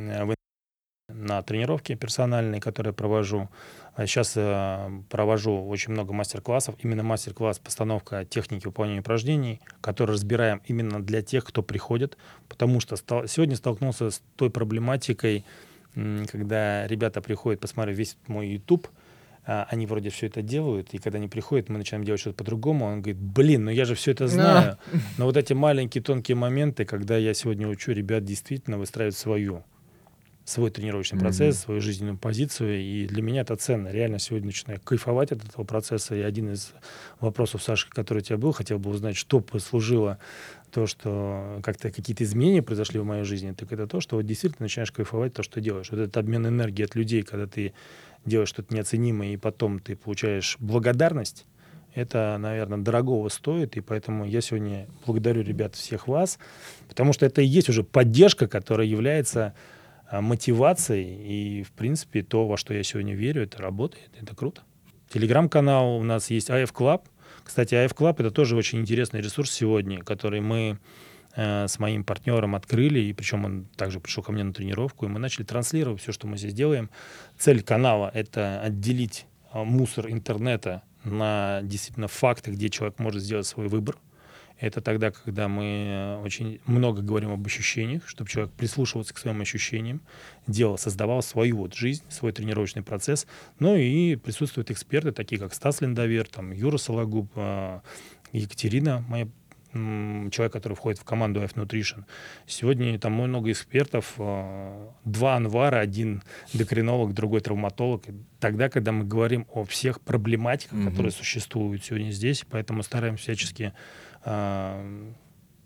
на тренировки персональные, которые провожу. Сейчас провожу очень много мастер-классов. Именно мастер-класс постановка техники выполнения упражнений, который разбираем именно для тех, кто приходит. Потому что сегодня столкнулся с той проблематикой, когда ребята приходят посмотреть весь мой YouTube, они вроде все это делают, и когда они приходят, мы начинаем делать что-то по-другому, он говорит, ну я же все это знаю. Но вот эти маленькие тонкие моменты, когда я сегодня учу ребят действительно выстраивать свой тренировочный процесс, свою жизненную позицию, и для меня это ценно. Реально сегодня начинаю кайфовать от этого процесса, и один из вопросов, Саша, который у тебя был, хотел бы узнать, что послужило то, что как-то какие-то изменения произошли в моей жизни, так это то, что вот действительно начинаешь кайфовать то, что делаешь. Вот этот обмен энергии от людей, когда ты делаешь что-то неоценимое, и потом ты получаешь благодарность, это, наверное, дорогого стоит, и поэтому я сегодня благодарю ребят всех вас, потому что это и есть уже поддержка, которая является мотивацией, и, в принципе, то, во что я сегодня верю, это работает, это круто. Телеграм-канал у нас есть AF Club. Кстати, AF Club — это тоже очень интересный ресурс сегодня, который мы с моим партнером открыли, и причем он также пришел ко мне на тренировку, и мы начали транслировать все, что мы здесь делаем. Цель канала — это отделить мусор интернета на действительно факты, где человек может сделать свой выбор. Это тогда, когда мы очень много говорим об ощущениях, чтобы человек прислушивался к своим ощущениям, создавал свою вот жизнь, свой тренировочный процесс. Ну и присутствуют эксперты, такие как Стас Лендовер, там, Юра Сологуб, Екатерина, моя человек, который входит в команду AF Nutrition. Сегодня там много экспертов, 2 Анвара, 1 эндокринолог, другой травматолог. Тогда, когда мы говорим о всех проблематиках, которые существуют сегодня здесь, поэтому стараемся всячески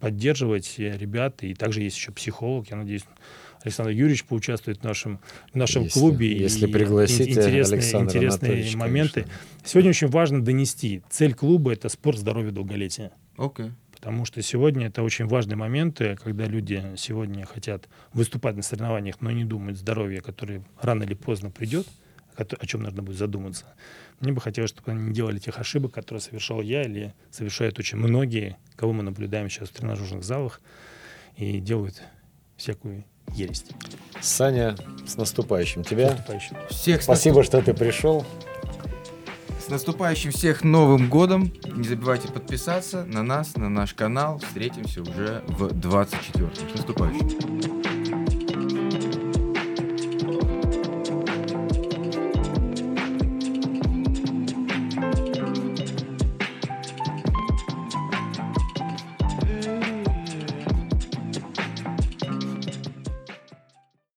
поддерживать ребят. И также есть еще психолог. Я надеюсь, Александр Юрьевич поучаствует в нашем клубе. Если и пригласите интересные моменты. конечно. Сегодня очень важно донести. Цель клуба — это спорт, здоровье, долголетие. Окей. Потому что сегодня это очень важные моменты, когда люди сегодня хотят выступать на соревнованиях, но не думают о здоровье, которое рано или поздно придет, о чем нужно будет задуматься. Мне бы хотелось, чтобы они не делали тех ошибок, которые совершал я или совершают очень многие, кого мы наблюдаем сейчас в тренажерных залах, и делают всякую ересь. Саня, с наступающим тебя. Наступающим. Всех Спасибо, что ты пришел. С наступающим всех Новым годом. Не забывайте подписаться на нас, на наш канал. Встретимся уже в 24-м. С наступающим.